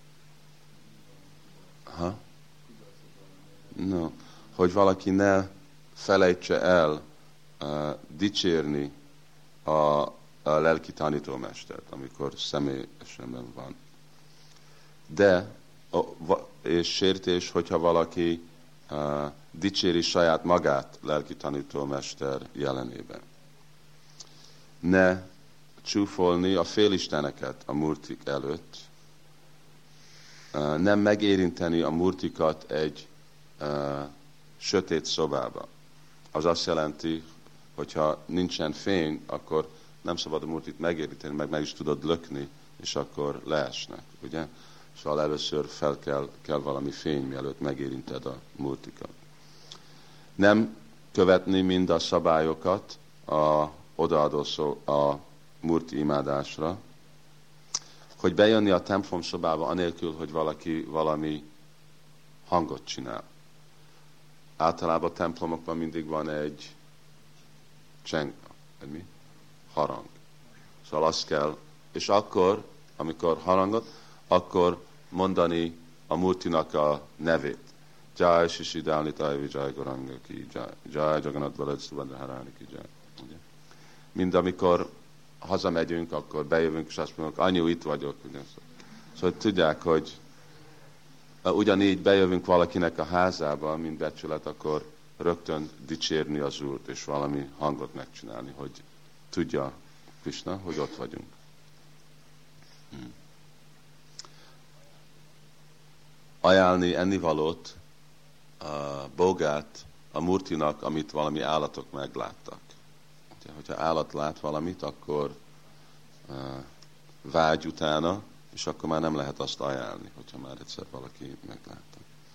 hogy valaki ne felejtse el dicsérni a lelki tanítómestert, amikor személyesen van. De, és sértés, hogyha valaki dicséri saját magát lelki tanítómester jelenében. Ne csúfolni a félisteneket a murtik előtt, nem megérinteni a murtikat egy sötét szobába. Az azt jelenti, hogyha nincsen fény, akkor nem szabad a murtit megérinteni, meg is tudod lökni, és akkor leesnek, ugye? Szóval először fel kell valami fény, mielőtt megérinted a murtikat. Nem követni mind a szabályokat odaadó a murti imádásra, hogy bejönni a templom szobába anélkül, hogy valaki valami hangot csinál. Általában a templomokban mindig van egy harang. Szóval azt kell, és akkor, amikor harangot, akkor mondani a murtinak a nevét. Jai Shishidálni Tájvi Jai Goranga ki Jai, Jai Jagannath Balad Subhadra Harani ki Jai. Mind amikor hazamegyünk, akkor bejövünk, és azt mondjuk, anyu, itt vagyok. Szóval tudják, hogy ugyanígy bejövünk valakinek a házába, mint becsület, akkor rögtön dicsérni az Úrt, és valami hangot megcsinálni, hogy tudja Krishna, hogy ott vagyunk. Ajánlni ennivalót, bogát a murtinak, amit valami állatok megláttak. Hogyha állat lát valamit, akkor vágy utána, és akkor már nem lehet azt ajánlni, hogyha már egyszer valaki meglátta.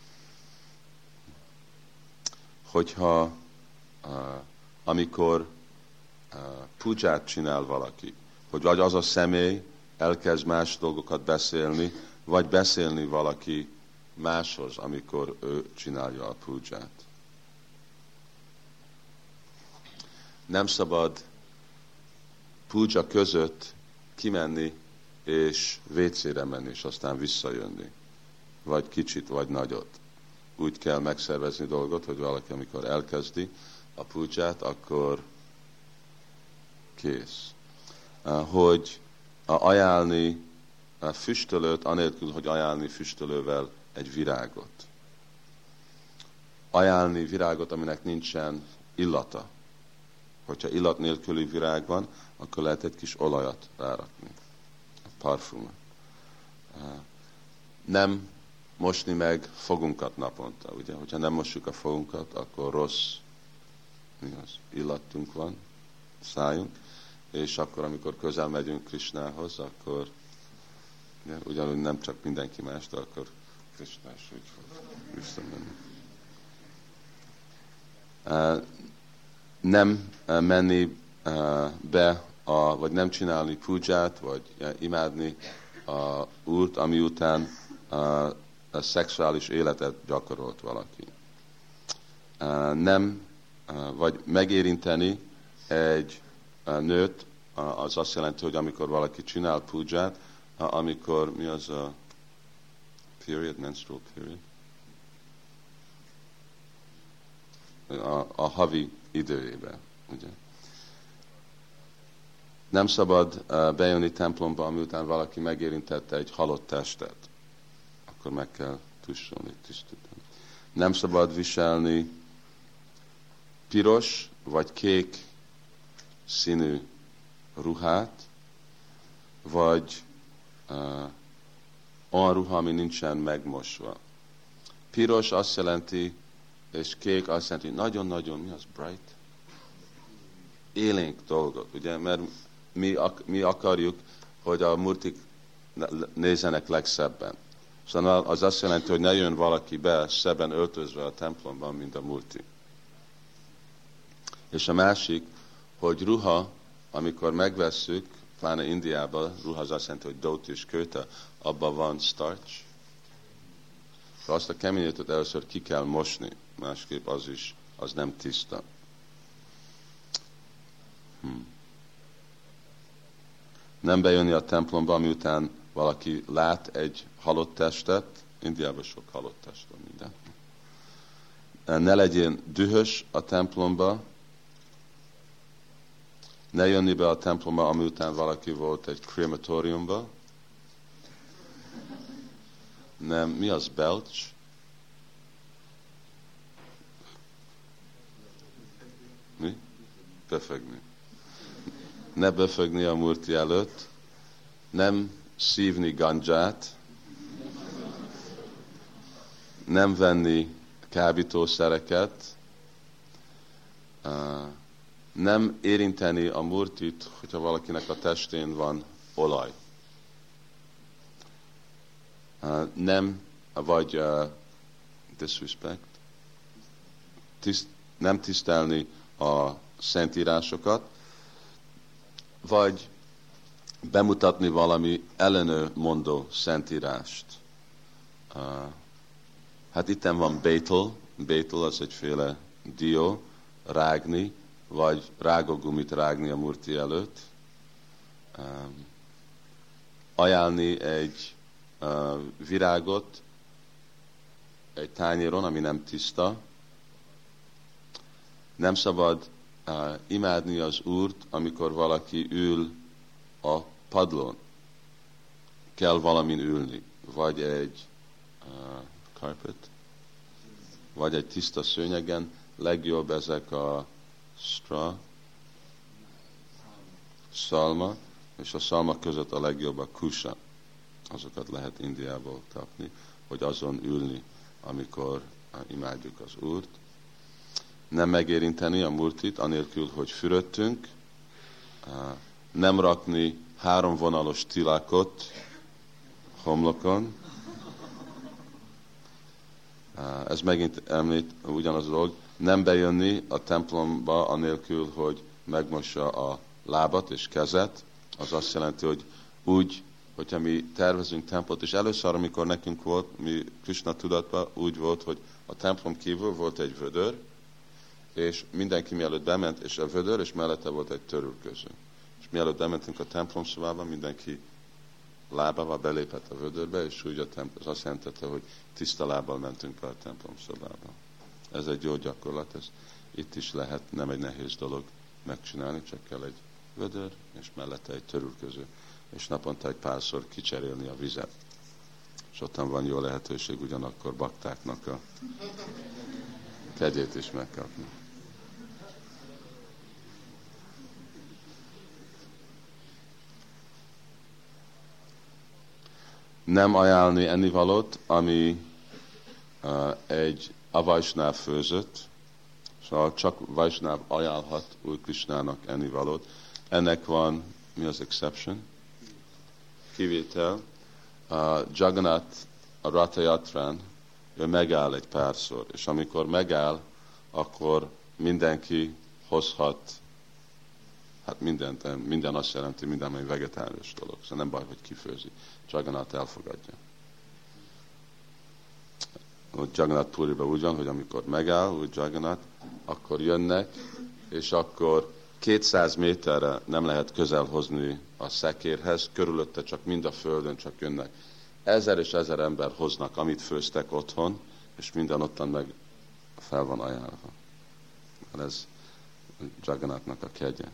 Hogyha amikor puját csinál valaki, hogy vagy az a személy elkezd más dolgokat beszélni, vagy beszélni valaki máshoz, amikor ő csinálja a puját. Nem szabad puja között kimenni és vécére menni, és aztán visszajönni. Vagy kicsit, vagy nagyot. Úgy kell megszervezni dolgot, hogy valaki, amikor elkezdi a puját, akkor kész. Hogy ajánlni füstölőt, anélkül, hogy ajánlni füstölővel egy virágot. Ajánlni virágot, aminek nincsen illata. Hogyha illat nélküli virág van, akkor lehet egy kis olajat rárakni. Parfumot. Nem mosni meg fogunkat naponta, ugye? Hogyha nem mossuk a fogunkat, akkor rossz illatunk van, szájunk, és akkor, amikor közel megyünk Krisnához, akkor ugyanúgy nem csak mindenki más, de akkor Krisna is úgy fog visszamenni. Nem menni be, vagy nem csinálni puját, vagy imádni a Úrt, ami után a szexuális életet gyakorolt valaki. Nem, vagy megérinteni egy nőt, az azt jelenti, hogy amikor valaki csinál puját, amikor, mi az a period, menstrual period? A havi időjében, ugye? Nem szabad bejönni templomba, amiután valaki megérintette egy halott testet. Akkor meg kell tussolni, tisztítani. Nem szabad viselni piros vagy kék színű ruhát, vagy olyan ruha, ami nincsen megmosva. Piros azt jelenti, és kék azt jelenti, nagyon-nagyon, mi az bright? Élénk dolgot, ugye? Mert mi akarjuk, hogy a murtik nézzenek legszebben. Szóval az azt jelenti, hogy ne jön valaki be szebben öltözve a templomban, mint a murti. És a másik, hogy ruha, amikor megvesszük, pláne Indiában, ruha az azt jelenti, hogy dót és kőte, abban van starch. Azt a keményítőt először ki kell mosni, másképp az nem tiszta. Nem bejönni a templomba, miután valaki lát egy halott testet. Indiában sok halott test van minden. Ne legyen dühös a templomba. Ne jönni be a templomba, amiután valaki volt egy krematóriumba. Nem, mi az belch? Mi? Befögni. Ne befögni a murti előtt. Nem szívni gandzsát. Nem venni kábítószereket. Nem érinteni a murtit, hogyha valakinek a testén van olaj. Nem, vagy disrespect, nem tisztelni a szentírásokat, vagy bemutatni valami ellenő mondó szentírást. Hát itten van bétel. Bétel az egyféle dió, rágni, vagy rágógumit rágni a murti előtt. Ajánlni egy virágot egy tányéron, ami nem tiszta. Nem szabad imádni az Úrt, amikor valaki ül a padlón. Kell valamin ülni. Vagy egy carpet, vagy egy tiszta szőnyegen. Legjobb ezek a straw, szalma, és a szalma között a legjobb a kusa. Azokat lehet Indiából kapni, hogy azon ülni, amikor imádjuk az Úrt. Nem megérinteni a murtit, anélkül, hogy fürödtünk. Nem rakni 3 vonalos tilákot homlokon. Ez megint említ ugyanaz a dolog. Nem bejönni a templomba anélkül, hogy megmossa a lábat és kezet. Az azt jelenti, hogy úgy, hogyha mi tervezünk templomot, és először, amikor nekünk volt, mi Krishna tudatban úgy volt, hogy a templom kívül volt egy vödör, és mindenki mielőtt bement, és a vödör, és mellette volt egy törülköző. És mielőtt bementünk a templom szobába, mindenki lábával belépett a vödörbe, és úgy az azt jelentette, hogy tiszta lábbal mentünk be a templom szobába. Ez egy jó gyakorlat, ez itt is lehet, nem egy nehéz dolog megcsinálni, csak kell egy vödör, és mellette egy törülköző, és naponta egy párszor kicserélni a vizet. És ottan van jó lehetőség ugyanakkor baktáknak a kegyét is megkapni. Nem ajánlni ennivalót, ami egy avajsnál főzött, Szóval csak Vajsnáv ajánlhat Úr Krisnának ennivalót. Ennek van, mi az exception? Kivétel. Jagannath a Ratha Yatrán, ő megáll egy párszor, és amikor megáll, akkor mindenki hozhat, hát minden azt jelenti, minden, ami vegetárius dolog. Szóval nem baj, hogy kifőzi. Jagannath elfogadja. Jagannath Puriba úgy van, hogy amikor megáll úgy Jagannath, akkor jönnek, és akkor 200 méterre nem lehet közel hozni a szekérhez, körülötte csak mind a földön csak jönnek. 1000 és 1000 ember hoznak, amit főztek otthon, és minden ottan meg fel van ajánlva. Ez Jagannathnak a kegye.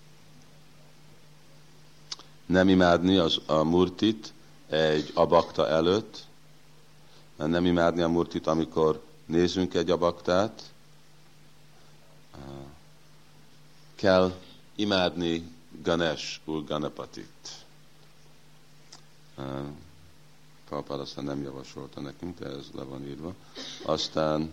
Nem imádni a murtit egy abakta előtt, mert nem imádni a murtit, amikor nézünk egy abaktát. Kell imádni Ganesh Úr Ganapatit. Prabhupád aztán nem javasolta nekünk, de ez le van írva. Aztán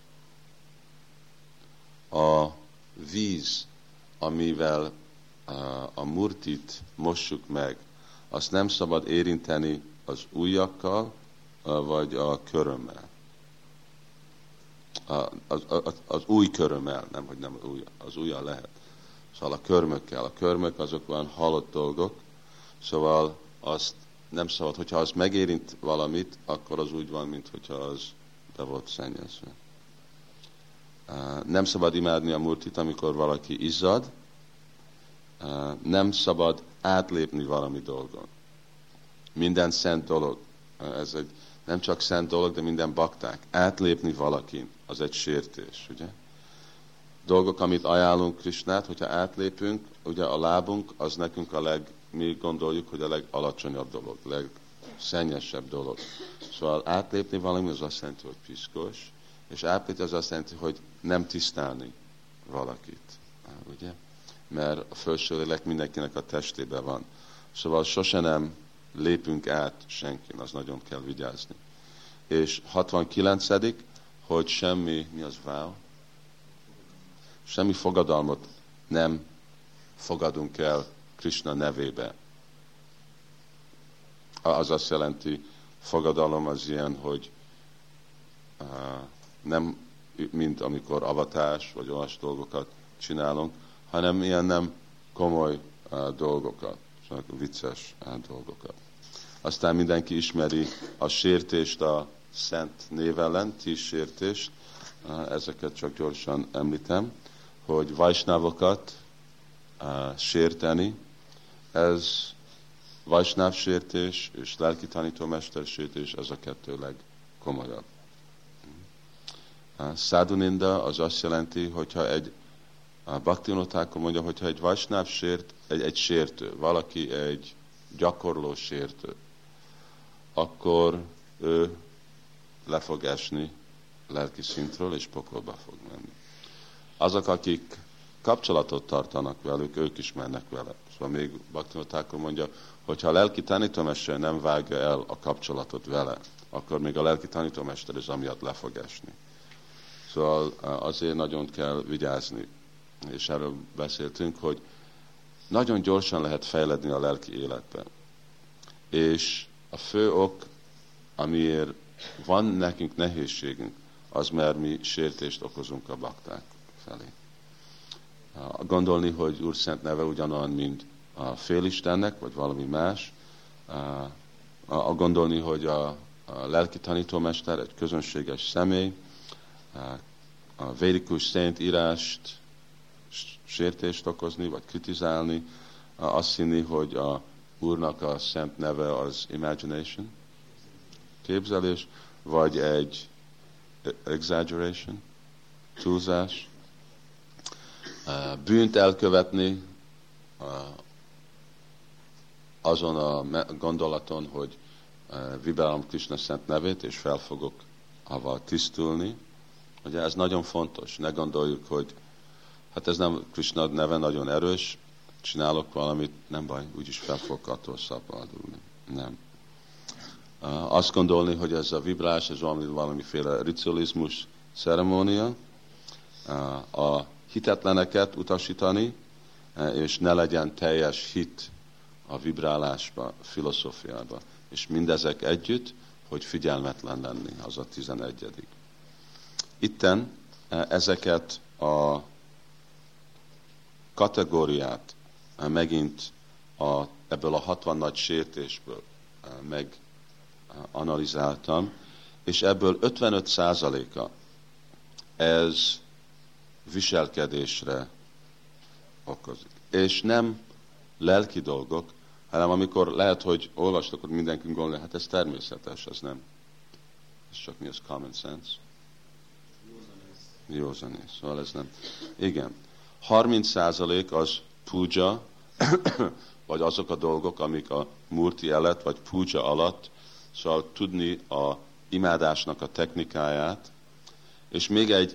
a víz, amivel a murtit mossuk meg, azt nem szabad érinteni az ujjakkal, vagy a körömmel. Az új körömmel, nem, hogy nem az ujjal lehet. Szóval a körmökkel. A körmök azok olyan halott dolgok, szóval azt nem szabad, hogyha az megérint valamit, akkor az úgy van, mint hogyha az be volt szennyezve. Nem szabad imádni a murtit, amikor valaki izzad. Nem szabad átlépni valami dolgon. Minden szent dolog. Ez egy nem csak szent dolog, de minden bakták. Átlépni valakin, az egy sértés, ugye? Dolgok, amit ajánlunk Krisnát, hogyha átlépünk, ugye a lábunk, az nekünk mi gondoljuk, hogy a legalacsonyabb dolog, legszennyesebb dolog. Szóval átlépni valami, az azt jelenti, hogy piszkos, és átlépni az azt jelenti, hogy nem tisztelni valakit, ugye? Mert a felső lélek mindenkinek a testében van. Szóval sose nem lépünk át senkin, az nagyon kell vigyázni. És 69. hogy mi az vow? Semmi fogadalmat nem fogadunk el Krishna nevébe. Az azt jelenti, fogadalom az ilyen, hogy nem mint amikor avatás vagy olyas dolgokat csinálunk, hanem ilyen nem komoly dolgokat, csak vicces dolgokat. Aztán mindenki ismeri a sértést a szent név ellen, 10 sértést, ezeket csak gyorsan említem, hogy vajsnávokat sérteni, ez vajsnáv sértés és lelki tanítómester sértés, ez a kettő legkomolyabb. Száduninda az azt jelenti, hogyha a Bhaktivinoda mondja, hogyha egy vajsnáv sért, egy sértő, valaki egy gyakorló sértő, akkor ő le fog esni lelki szintről, és pokolba fog menni. Azok, akik kapcsolatot tartanak velük, ők is mennek vele. Szóval még Bhaktivinoda mondja, hogyha a lelki tanítómester nem vágja el a kapcsolatot vele, akkor még a lelki tanítómester is amiatt le fog esni. Szóval azért nagyon kell vigyázni. És erről beszéltünk, hogy nagyon gyorsan lehet fejledni a lelki életben. És a fő ok, amiért van nekünk nehézségünk, az mert mi sértést okozunk a bakták felé. Gondolni, hogy Úr szent neve ugyanolyan, mint a félistennek, vagy valami más. Gondolni, hogy a lelki tanítómester egy közönséges személy, a védikus szent írást sértést okozni, vagy kritizálni, azt hinni, hogy a Úrnak a szent neve az imagination, képzelés, vagy egy exaggeration, túlzás, bűnt elkövetni azon a gondolaton, hogy vibálom Krishna szent nevét, és fel fogok avval tisztulni. Ugye ez nagyon fontos, ne gondoljuk, hogy hát ez nem Krishna neve nagyon erős, csinálok valamit, nem baj, úgyis fel fogok attól szabadulni. Nem. Azt gondolni, hogy ez a vibrás, ez valamiféle ritualizmus, ceremónia, a hitetleneket utasítani, és ne legyen teljes hit a vibrálásba, filozófiába. És mindezek együtt, hogy figyelmetlen lenni, az a 11. Itten ezeket a kategóriát megint ebből a 60 nagy sértésből meganalizáltam, és ebből 55%-a ez viselkedésre okozik. És nem lelki dolgok, hanem amikor lehet, hogy olvastok, hogy mindenki gondolja, hát ez természetes, ez nem. Ez csak mi az common sense? Józanész. Szóval ez nem. Igen. 30% az puja, vagy azok a dolgok, amik a murti előtt, vagy puja alatt, szóval tudni a imádásnak a technikáját, és még egy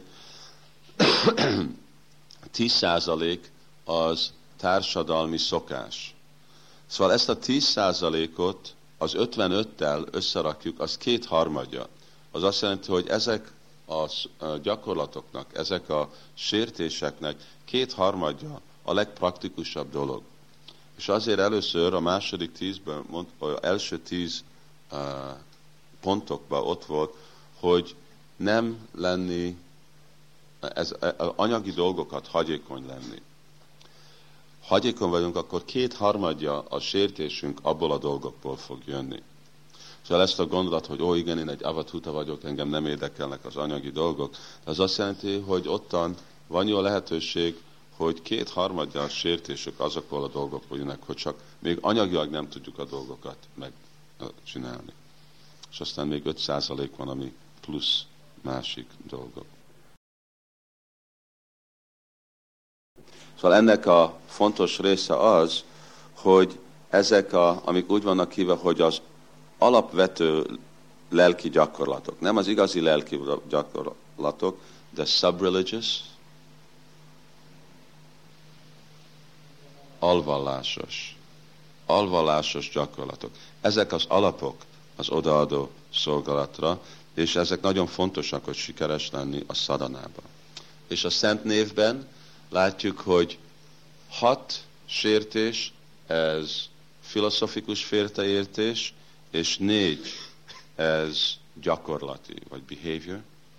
10% az társadalmi szokás. Szóval ezt a 10%-ot az 55-tel összerakjuk, az 2/3. Az azt jelenti, hogy ezek a gyakorlatoknak, ezek a sértéseknek 2/3 a legpraktikusabb dolog. És azért először a második 10-ből, első 10 pontokban ott volt, hogy nem lenni, anyagi dolgokat hagyékony lenni. Hagyékony vagyunk, akkor 2/3 a sértésünk abból a dolgokból fog jönni. Szóval ezt a gondolat, hogy igen, én egy avathúta vagyok, engem nem érdekelnek az anyagi dolgok, az azt jelenti, hogy ottan van jó lehetőség, hogy 2/3 a sértésük azokból a dolgokból jönnek, hogy csak még anyagilag nem tudjuk a dolgokat megcsinálni. És aztán még 5% van, ami plusz másik dolgok. Szóval ennek a fontos része az, hogy ezek, amik úgy vannak hívva, hogy az alapvető lelki gyakorlatok, nem az igazi lelki gyakorlatok, de subreligious, alvallásos gyakorlatok. Ezek az alapok az odaadó szolgálatra, és ezek nagyon fontosak, hogy sikeres lenni a szadanában. És a Szent Névben látjuk, hogy 6 sértés, ez filozofikus félreértés, és 4 ez gyakorlati, vagy behavior,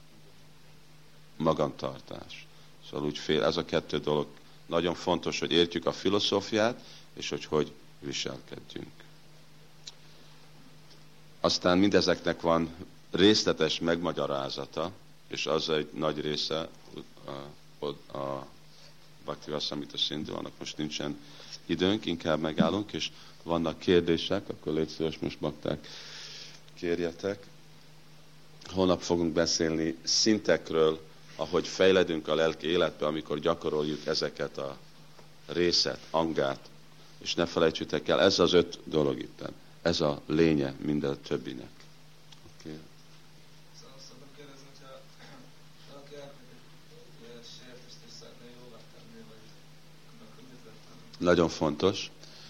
magatartás. Szóval úgy ez a 2 dolog nagyon fontos, hogy értjük a filozófiát, és hogy viselkedjünk. Aztán mindezeknek van részletes megmagyarázata, és az egy nagy része a Bhakti-rasamrita Sindhu, annak most nincsen időnk, inkább megállunk, és vannak kérdések, akkor légy szíves, most bakták, kérjetek. Holnap fogunk beszélni szintekről, ahogy fejledünk a lelki életbe, amikor gyakoroljuk ezeket a részet, angát, és ne felejtsétek el, ez az 5 dolog itten. Ez a lénye minden többinek. Okay. Szóval szabad kérdezni, hogyha valaki elkövetett sértést és szeretne jóvá tenni, vagy mit vettem? Nagyon fontos.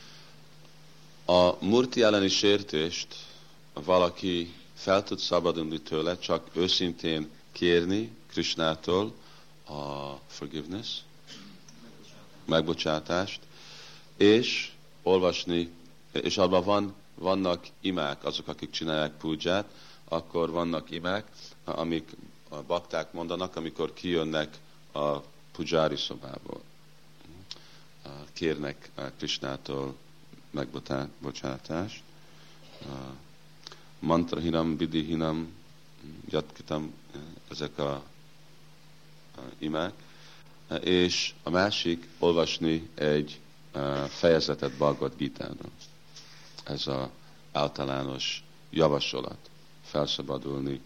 A murti elleni sértést valaki fel tud szabadulni tőle, csak őszintén kérni Krishnától a forgiveness, megbocsátást, és olvasni, és abban vannak imák, azok, akik csinálják púdzsát, akkor vannak imák, amik a bakták mondanak, amikor kijönnek a pudzsári szobából. Kérnek Krishnától megbocsátást. Mantrahinam, vidihinam, jatkitam, ezek a imák. És a másik, olvasni egy fejezetet Bhagavad Gítáról. Ez az általános javasolat. Felszabadulni.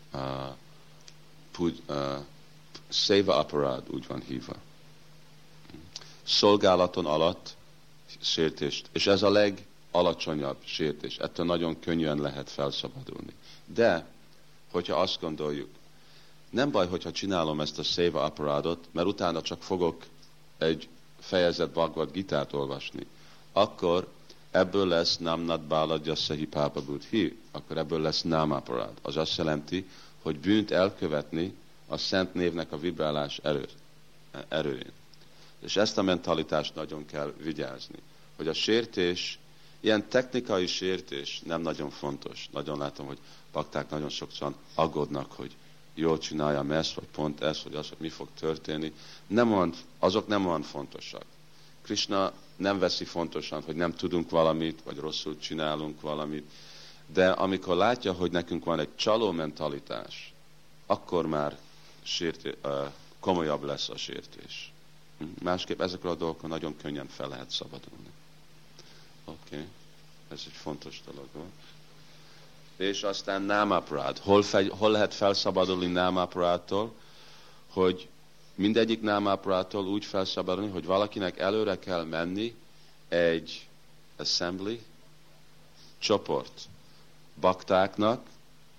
Seva aparad, úgy van hívva. Szolgálaton alatt sértést. És ez a legalacsonyabb sértés. Ettől nagyon könnyen lehet felszabadulni. De, hogyha azt gondoljuk, nem baj, hogyha csinálom ezt a Seva aparadot, mert utána csak fogok egy fejezet Bhagavad Gitát olvasni. Akkor ebből lesz Namnat Báladja Szahi Pápa Buddhi, akkor ebből lesz Námaparad. Az azt jelenti, hogy bűnt elkövetni a szent névnek a vibrálás erőjén. És ezt a mentalitást nagyon kell vigyázni, hogy a sértés, ilyen technikai sértés nem nagyon fontos. Nagyon látom, hogy bakták nagyon sokszor aggódnak, hogy jól csináljam ezt, vagy pont ezt, vagy az, hogy mi fog történni. Azok nem olyan fontosak. Krishna nem veszi fontosan, hogy nem tudunk valamit, vagy rosszul csinálunk valamit, de amikor látja, hogy nekünk van egy csaló mentalitás, akkor már komolyabb lesz a sértés. Másképp ezekről a dolgokon nagyon könnyen fel lehet szabadulni. Oké. Ez egy fontos dolog volt. És aztán námaprad. Hol lehet felszabadulni námaprádtól? Hogy mindegyik námaprádtól úgy felszabadulni, hogy valakinek előre kell menni egy assembly, csoport baktáknak,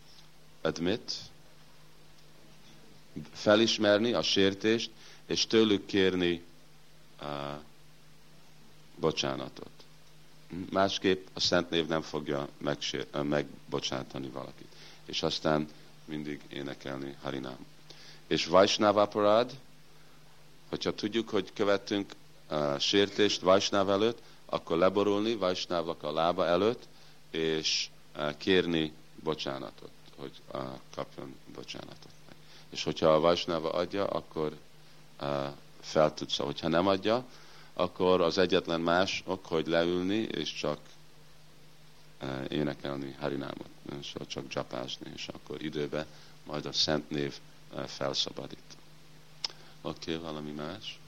felismerni a sértést, és tőlük kérni bocsánatot. Másképp a Szent Név nem fogja megbocsátani valakit. És aztán mindig énekelni Harinám. És Vaisnavaparad, hogyha tudjuk, hogy követünk sértést Vaisnav előtt, akkor leborulni Vaisnavak a lába előtt, és kérni bocsánatot, hogy kapjon bocsánatot. És hogyha a Vaisnava adja, akkor fel tudsz. Hogyha nem adja, akkor az egyetlen más ok, hogy leülni, és csak énekelni Harinámot, és csak dzsapázni, és akkor időben majd a Szent Név felszabadít. Oké, valami más?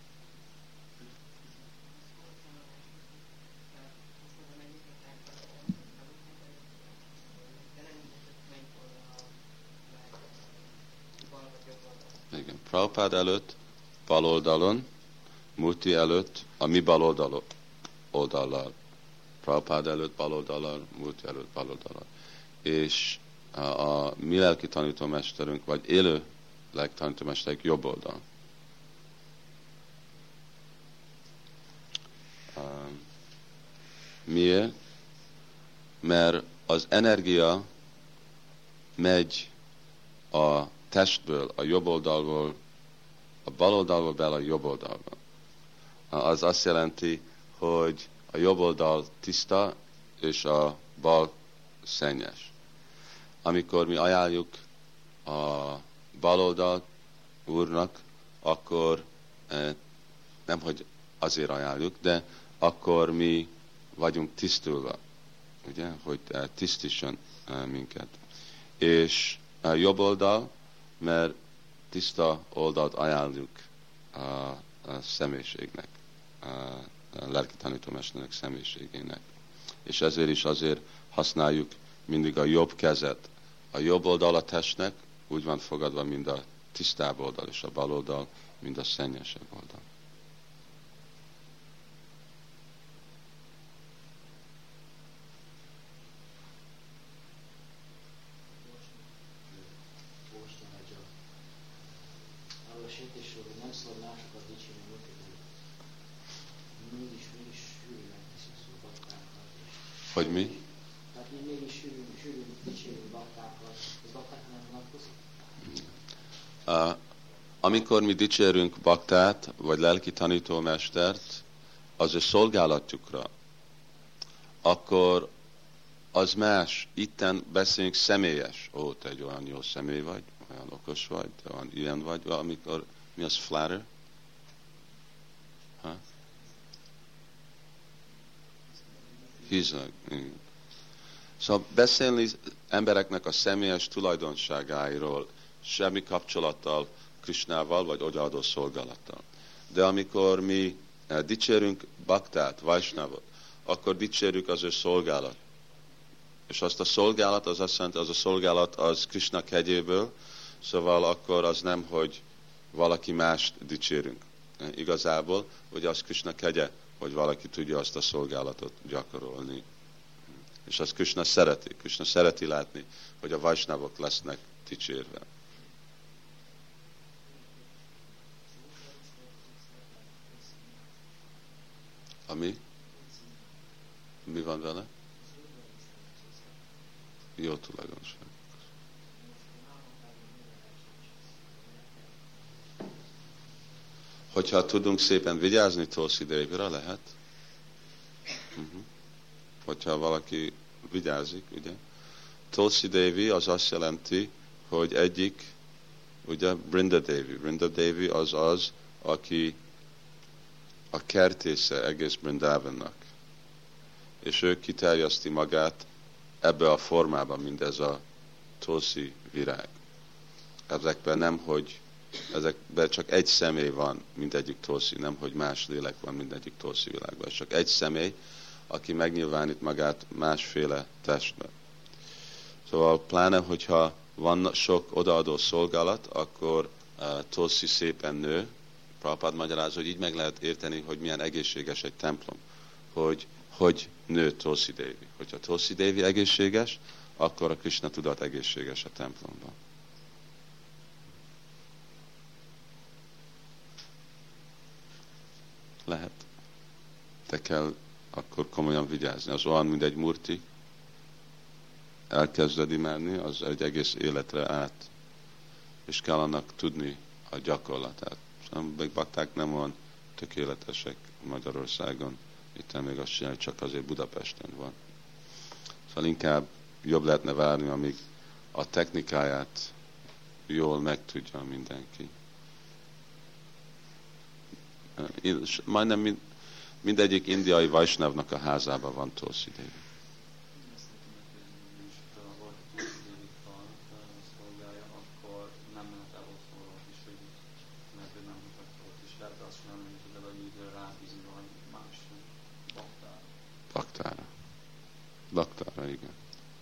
Igen, Prabhupád előtt bal oldalon, Murti előtt a mi bal oldallal. Prabhupád előtt bal oldallal, Murti előtt bal oldallal. És a mi lelki tanítómesterünk, vagy élő lelki tanítómesterünk jobb oldal. Miért? Mert az energia megy a testből, a jobb oldalból, a bal oldalból bele a jobb oldalba. Az azt jelenti, hogy a jobb oldal tiszta, és a bal szennyes. Amikor mi ajánljuk a bal oldalt Úrnak, akkor nem, hogy azért ajánljuk, de akkor mi vagyunk tisztulva, ugye, hogy tisztítson minket. És a jobb oldal, mert tiszta oldalt ajánljuk a személyiségnek, a lelki tanítómesternek személyiségének. És ezért is azért használjuk mindig a jobb kezet. A jobb oldal a testnek úgy van fogadva, mint a tisztább oldal, és a bal oldal, mint a szennyesebb oldal. Hogy mi? Tehát mi mégis sűrűn dicsérünk baktákat, ez bakták nem vonatkozik? Amikor mi dicsérünk baktát, vagy lelki tanítómestert, az a szolgálatjukra, akkor az más. Itten beszélünk személyes. Ó, te egy olyan jó személy vagy, olyan okos vagy, te olyan ilyen vagy, amikor mi az flatter? Híznak. Szóval beszélni embereknek a személyes tulajdonságáiról, semmi kapcsolattal Krishnával, vagy odaadó szolgálattal. De amikor mi dicsérünk baktát, Vaisnavot, akkor dicsérjük az ő szolgálat. És azt a szolgálat, az azt jelenti, az a szolgálat az Krishna kegyéből, szóval akkor az nem, hogy valaki mást dicsérünk. Igazából, hogy az Krishna kegye, hogy valaki tudja azt a szolgálatot gyakorolni. És azt Krishna szereti. Krishna szereti látni, hogy a Vaisnavok lesznek dicsérve. Mi van vele? Jó tulajdonság. Hogyha tudunk szépen vigyázni Tulsi Devire, lehet. Hogyha valaki vigyázik, ugye. Tulsi Devi az azt jelenti, hogy egyik, ugye, Brinda Devi. Brinda Devi az, aki a kertésze egész Brindavannak. És ő kiterjeszti magát ebbe a formában, mint ez a Tulsi virág. Ezekben nem, hogy ezekben csak egy személy van mindegyik Tulsi, nem, hogy más lélek van mindegyik Tulsi világban. Csak egy személy, aki megnyilvánít magát másféle testben. Szóval pláne, hogyha van sok odaadó szolgálat, akkor Tulsi szépen nő. Prabhupád magyaráz, hogy így meg lehet érteni, hogy milyen egészséges egy templom. Hogy nő Tulsi Devi. Hogyha Tulsi Devi egészséges, akkor a Krishna tudat egészséges a templomban. Lehet. Te kell akkor komolyan vigyázni. Az olyan, mint egy murti. Elkezded imádni, az egy egész életre át. És kell annak tudni a gyakorlatát. Még bakták nem olyan tökéletesek Magyarországon. Itt még azt csinálja, csak azért Budapesten van. Szóval inkább jobb lehetne várni, amíg a technikáját jól megtudja mindenki. Majdnem mindegyik indiai Vaisnavnak a házában van Tulsi Devi. Baktára, igen.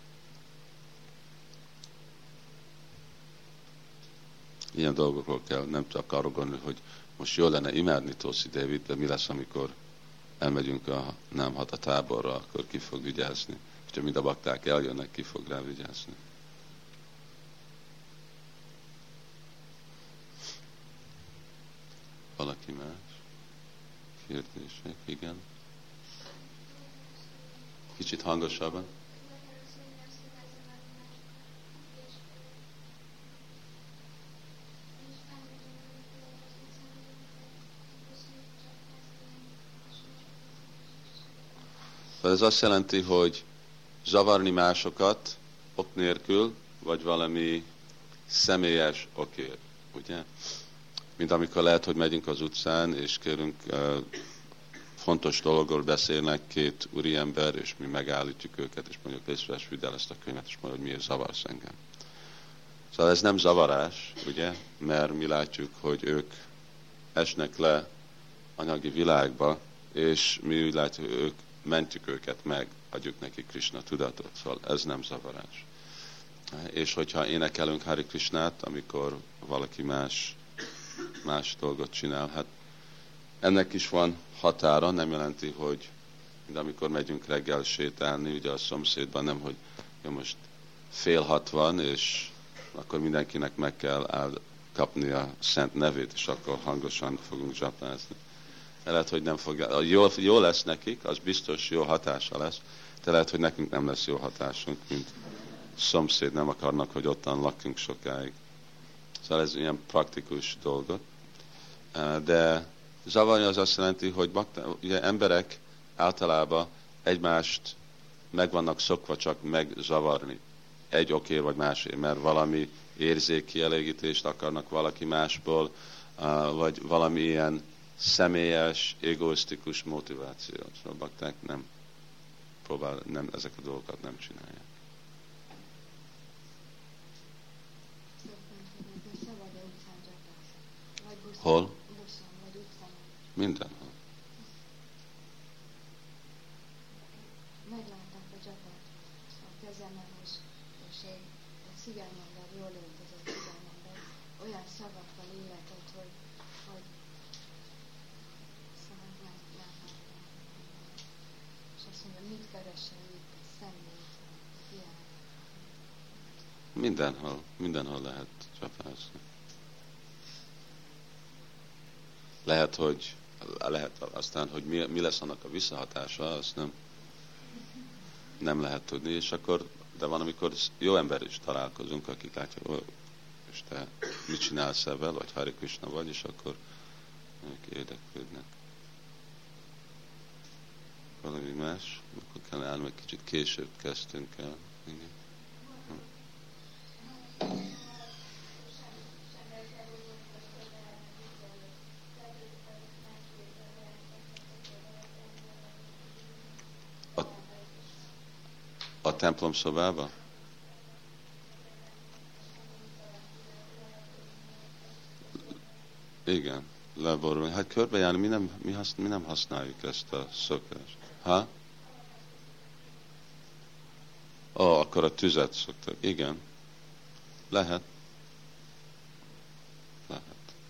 Ilyen dolgokról kell, nem csak arra gondolni, hogy most jó lenne imádni Tulsi Devit, de mi lesz, amikor elmegyünk a Námhata táborra, akkor ki fog vigyázni. És ha mind a bakták eljönnek, ki fog rá vigyázni. Valaki más? Kérdések? Igen. Kicsit hangosabban. Ez azt jelenti, hogy zavarni másokat ok nélkül, vagy valami személyes okért, ugye? Mint amikor lehet, hogy megyünk az utcán, és kérünk fontos dologról beszélnek két úriember, és mi megállítjuk őket, és mondjuk légy vidd el ezt a könyvet, és mondjuk, hogy miért zavarsz engem. Szóval ez nem zavarás, ugye? Mert mi látjuk, hogy ők esnek le anyagi világba, és mi úgy látjuk, hogy ők mentjük őket meg, adjuk neki Krishna tudatot. Szóval ez nem zavarás. És hogyha énekelünk Hare Krishnát, amikor valaki más dolgot csinál, hát ennek is van határa, nem jelenti, hogy mint amikor megyünk reggel sétálni, ugye a szomszédban nem, hogy jó, most 5:30 van, és akkor mindenkinek meg kell kapni a szent nevét, és akkor hangosan fogunk zsapázni. Lehet, hogy nem fogja. Jó lesz nekik, az biztos jó hatása lesz, de lehet, hogy nekünk nem lesz jó hatásunk, mint szomszéd, nem akarnak, hogy ottan lakjunk sokáig. Szóval ez ilyen praktikus dolgot. De zavarni az azt jelenti, hogy ugye emberek általában egymást meg vannak szokva csak megzavarni. Egy okért vagy másért, mert valami érzékkielégítést akarnak valaki másból, vagy valami ilyen személyes, egoisztikus motiváció. Szóval bakták nem ezek a dolgokat nem csinálják. Hol? Mindenhol. Meglátták a csapát a kezemen, és egy cigányember, jól öltözött cigányember, olyan szavakkal illetett, hogy szóval nem. És azt mondja, mit keresel itt, szemét, hiány. Mindenhol lehet csapázni. Lehet aztán, hogy mi lesz annak a visszahatása, azt nem lehet tudni, és akkor, de van, amikor jó ember is találkozunk, akik látja, és te mit csinálsz ebben, vagy Hare Krishna vagy, és akkor akik érdeklődnek. Valami más? Akkor kell állni, meg kicsit később kezdtünk el. Igen. A templom szobába? Igen, leborulni. Hát körbejárni, mi nem használjuk ezt a szokást. Ha? Akkor a tüzet szoktak. Igen. Lehet. Lehet.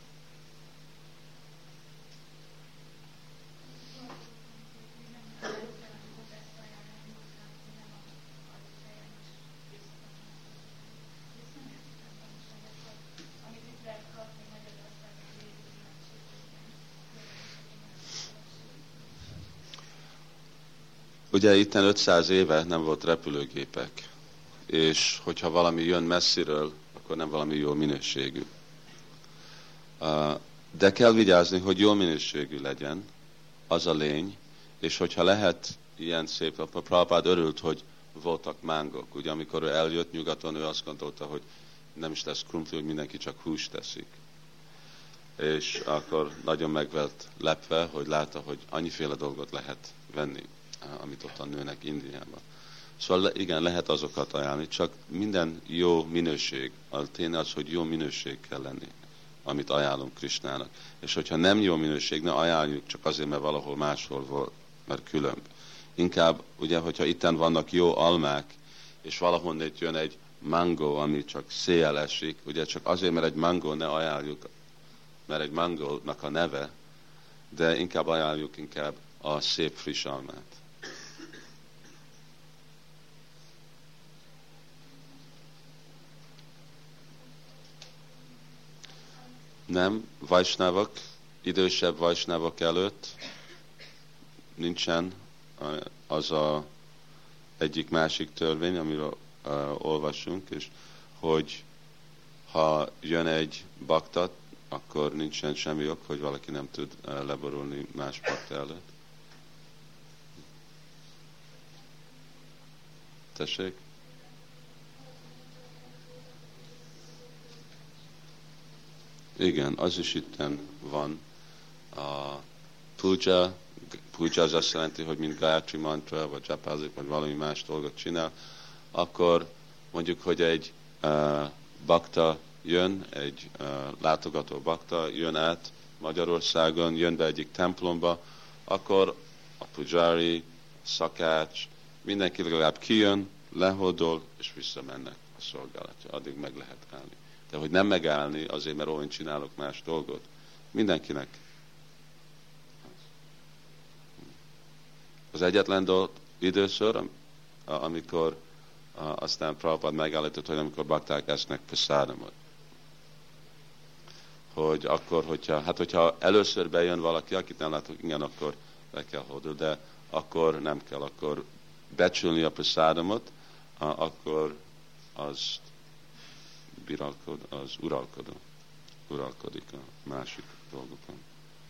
Ugye itten 500 éve nem volt repülőgépek, és hogyha valami jön messziről, akkor nem valami jó minőségű. De kell vigyázni, hogy jó minőségű legyen, az a lény, és hogyha lehet ilyen szép, a Prabhupád örült, hogy voltak mángok. Ugye amikor ő eljött nyugaton, ő azt gondolta, hogy nem is lesz krumpli, hogy mindenki csak húst teszik. És akkor nagyon meg volt lepve, hogy látta, hogy annyiféle dolgot lehet venni, amit ott a nőnek Indiában. Szóval igen, lehet azokat ajánlani, csak minden jó minőség, a tényleg az, hogy jó minőség kell lenni, amit ajánlunk Krisnának. És hogyha nem jó minőség, ne ajánljuk csak azért, mert valahol máshol volt, mert különb. Inkább, ugye, hogyha itten vannak jó almák, és valahonnét jön egy mango, ami csak szél esik, ugye csak azért, mert egy mango ne ajánljuk, mert egy mangónak a neve, de inkább ajánljuk inkább a szép friss almát. Nem, vajsnávok, idősebb vajsnávok előtt nincsen az a egyik másik törvény, amiről olvasunk, és hogy ha jön egy baktat, akkor nincsen semmi ok, hogy valaki nem tud leborulni más bakta előtt. Tessék? Igen, az is itten van. A puja az azt jelenti, hogy mint Gayatri mantra, vagy japázik, vagy valami más dolgot csinál, akkor mondjuk, hogy egy bakta jön, egy látogató bakta jön át Magyarországon, jön be egyik templomba, akkor a pujari, szakács, mindenki legalább kijön, lehódol, és visszamennek a szolgálatja. Addig meg lehet állni. De hogy nem megállni azért, mert olyan csinálok más dolgot, mindenkinek. Az egyetlen időször, amikor aztán Prabhupád megállított, hogy amikor bakták esznek prasadamot. Hogy akkor, hogyha először bejön valaki, akit nem látok, igen, akkor le kell hódolni, de akkor nem kell, akkor becsülni a prasadamot, akkor az uralkodik a másik dolgokon.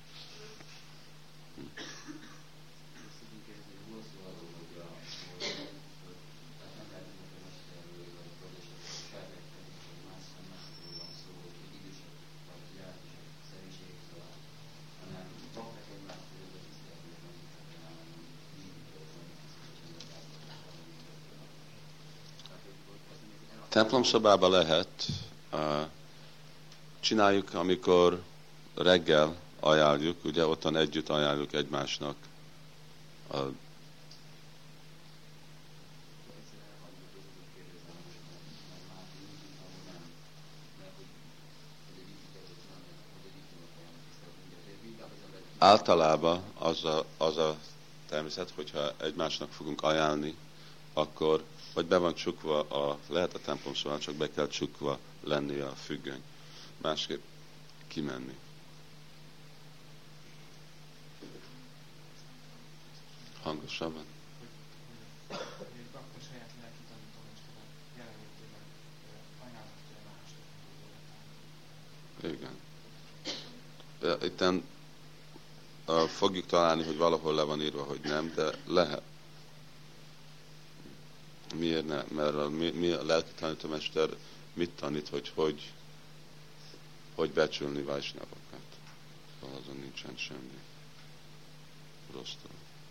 Templomszobában lehet, csináljuk, amikor reggel ajánljuk, ugye ottan együtt ajánljuk egymásnak. Általában az a természet, hogyha egymásnak fogunk ajánlni, akkor vagy be van csukva, lehet a templom szóval, csak be kell csukva lenni a függöny. Másképp kimenni. Hangosabban. Igen. Itten fogjuk találni, hogy valahol le van írva, hogy nem, de lehet. Miért nem? Mert a lelki tanítómester mit tanít, hogy becsülni vajsnavokat. Szóval azon nincsen semmi rossz dolog.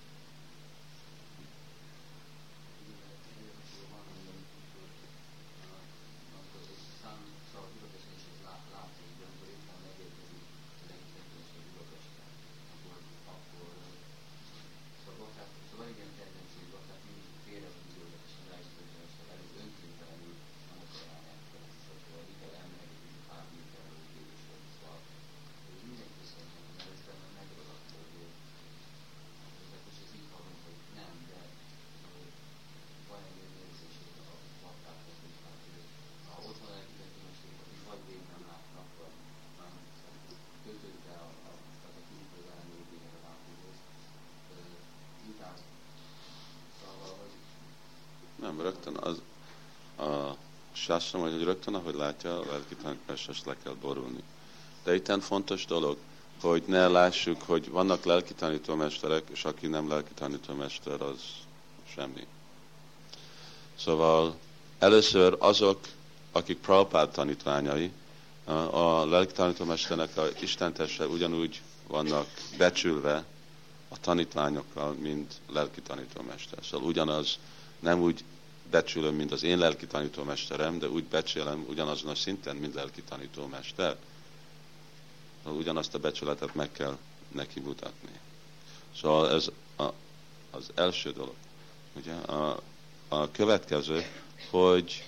Nem, rögtön a sászra mondja, hogy rögtön, ahogy látja, a lelki tanítómestert le kell borulni. De itten fontos dolog, hogy ne lássuk, hogy vannak lelki tanítómesterek, és aki nem lelki tanítómester, az semmi. Szóval először azok, akik Prabhupád tanítványai, a lelki tanítómesternek a istenteste ugyanúgy vannak becsülve a tanítványokkal, mint lelki tanítómester. Szóval ugyanaz, nem úgy becsülöm, mint az én lelki tanítómesterem, de úgy becsülöm ugyanazon a szinten, mint lelki tanítómester. Szóval ugyanazt a becsületet meg kell neki mutatni. Szóval ez az első dolog. Ugye? A következő, hogy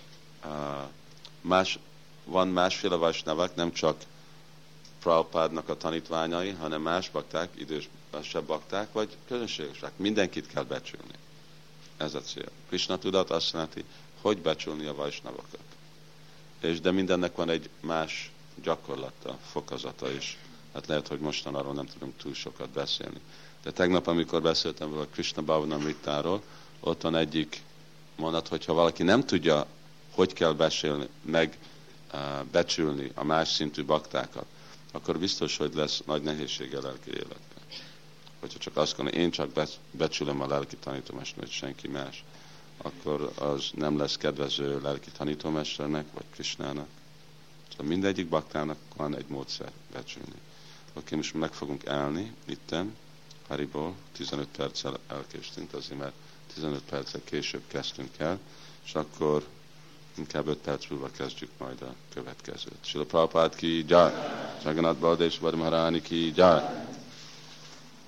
van másféle vajsnavak, nem csak Prabhupádnak a tanítványai, hanem más bakták, idősebb bakták, vagy közönségesek. Mindenkit kell becsülni. Ez a cél. Krishna tudat azt jelenti, hogy becsülni a vajsnavokat. De mindennek van egy más gyakorlata, fokozata is. Hát lehet, hogy mostan arról nem tudunk túl sokat beszélni. De tegnap, amikor beszéltem vele a Krishna Bhavanamritáról, ott van egyik mondat, hogyha valaki nem tudja, hogy kell becsülni a más szintű baktákat, akkor biztos, hogy lesz nagy nehézsége a lelki életben. Hogyha csak azt gondolja, én csak becsülöm a lelki tanítómestert, senki más, akkor az nem lesz kedvező lelki tanítómesternek, vagy Krishnának. Szóval mindegyik baktának van egy módszer becsülni. Oké, most meg fogunk állni itten, Hariból, 15 perccel elkéstünk azért, mert 15 perccel később kezdtünk el, és akkor inkább 5 perc múlva kezdjük majd a következőt. Srila Prabhupád ki jai, Jagannath Baladev Subhadra Maharani ki jai.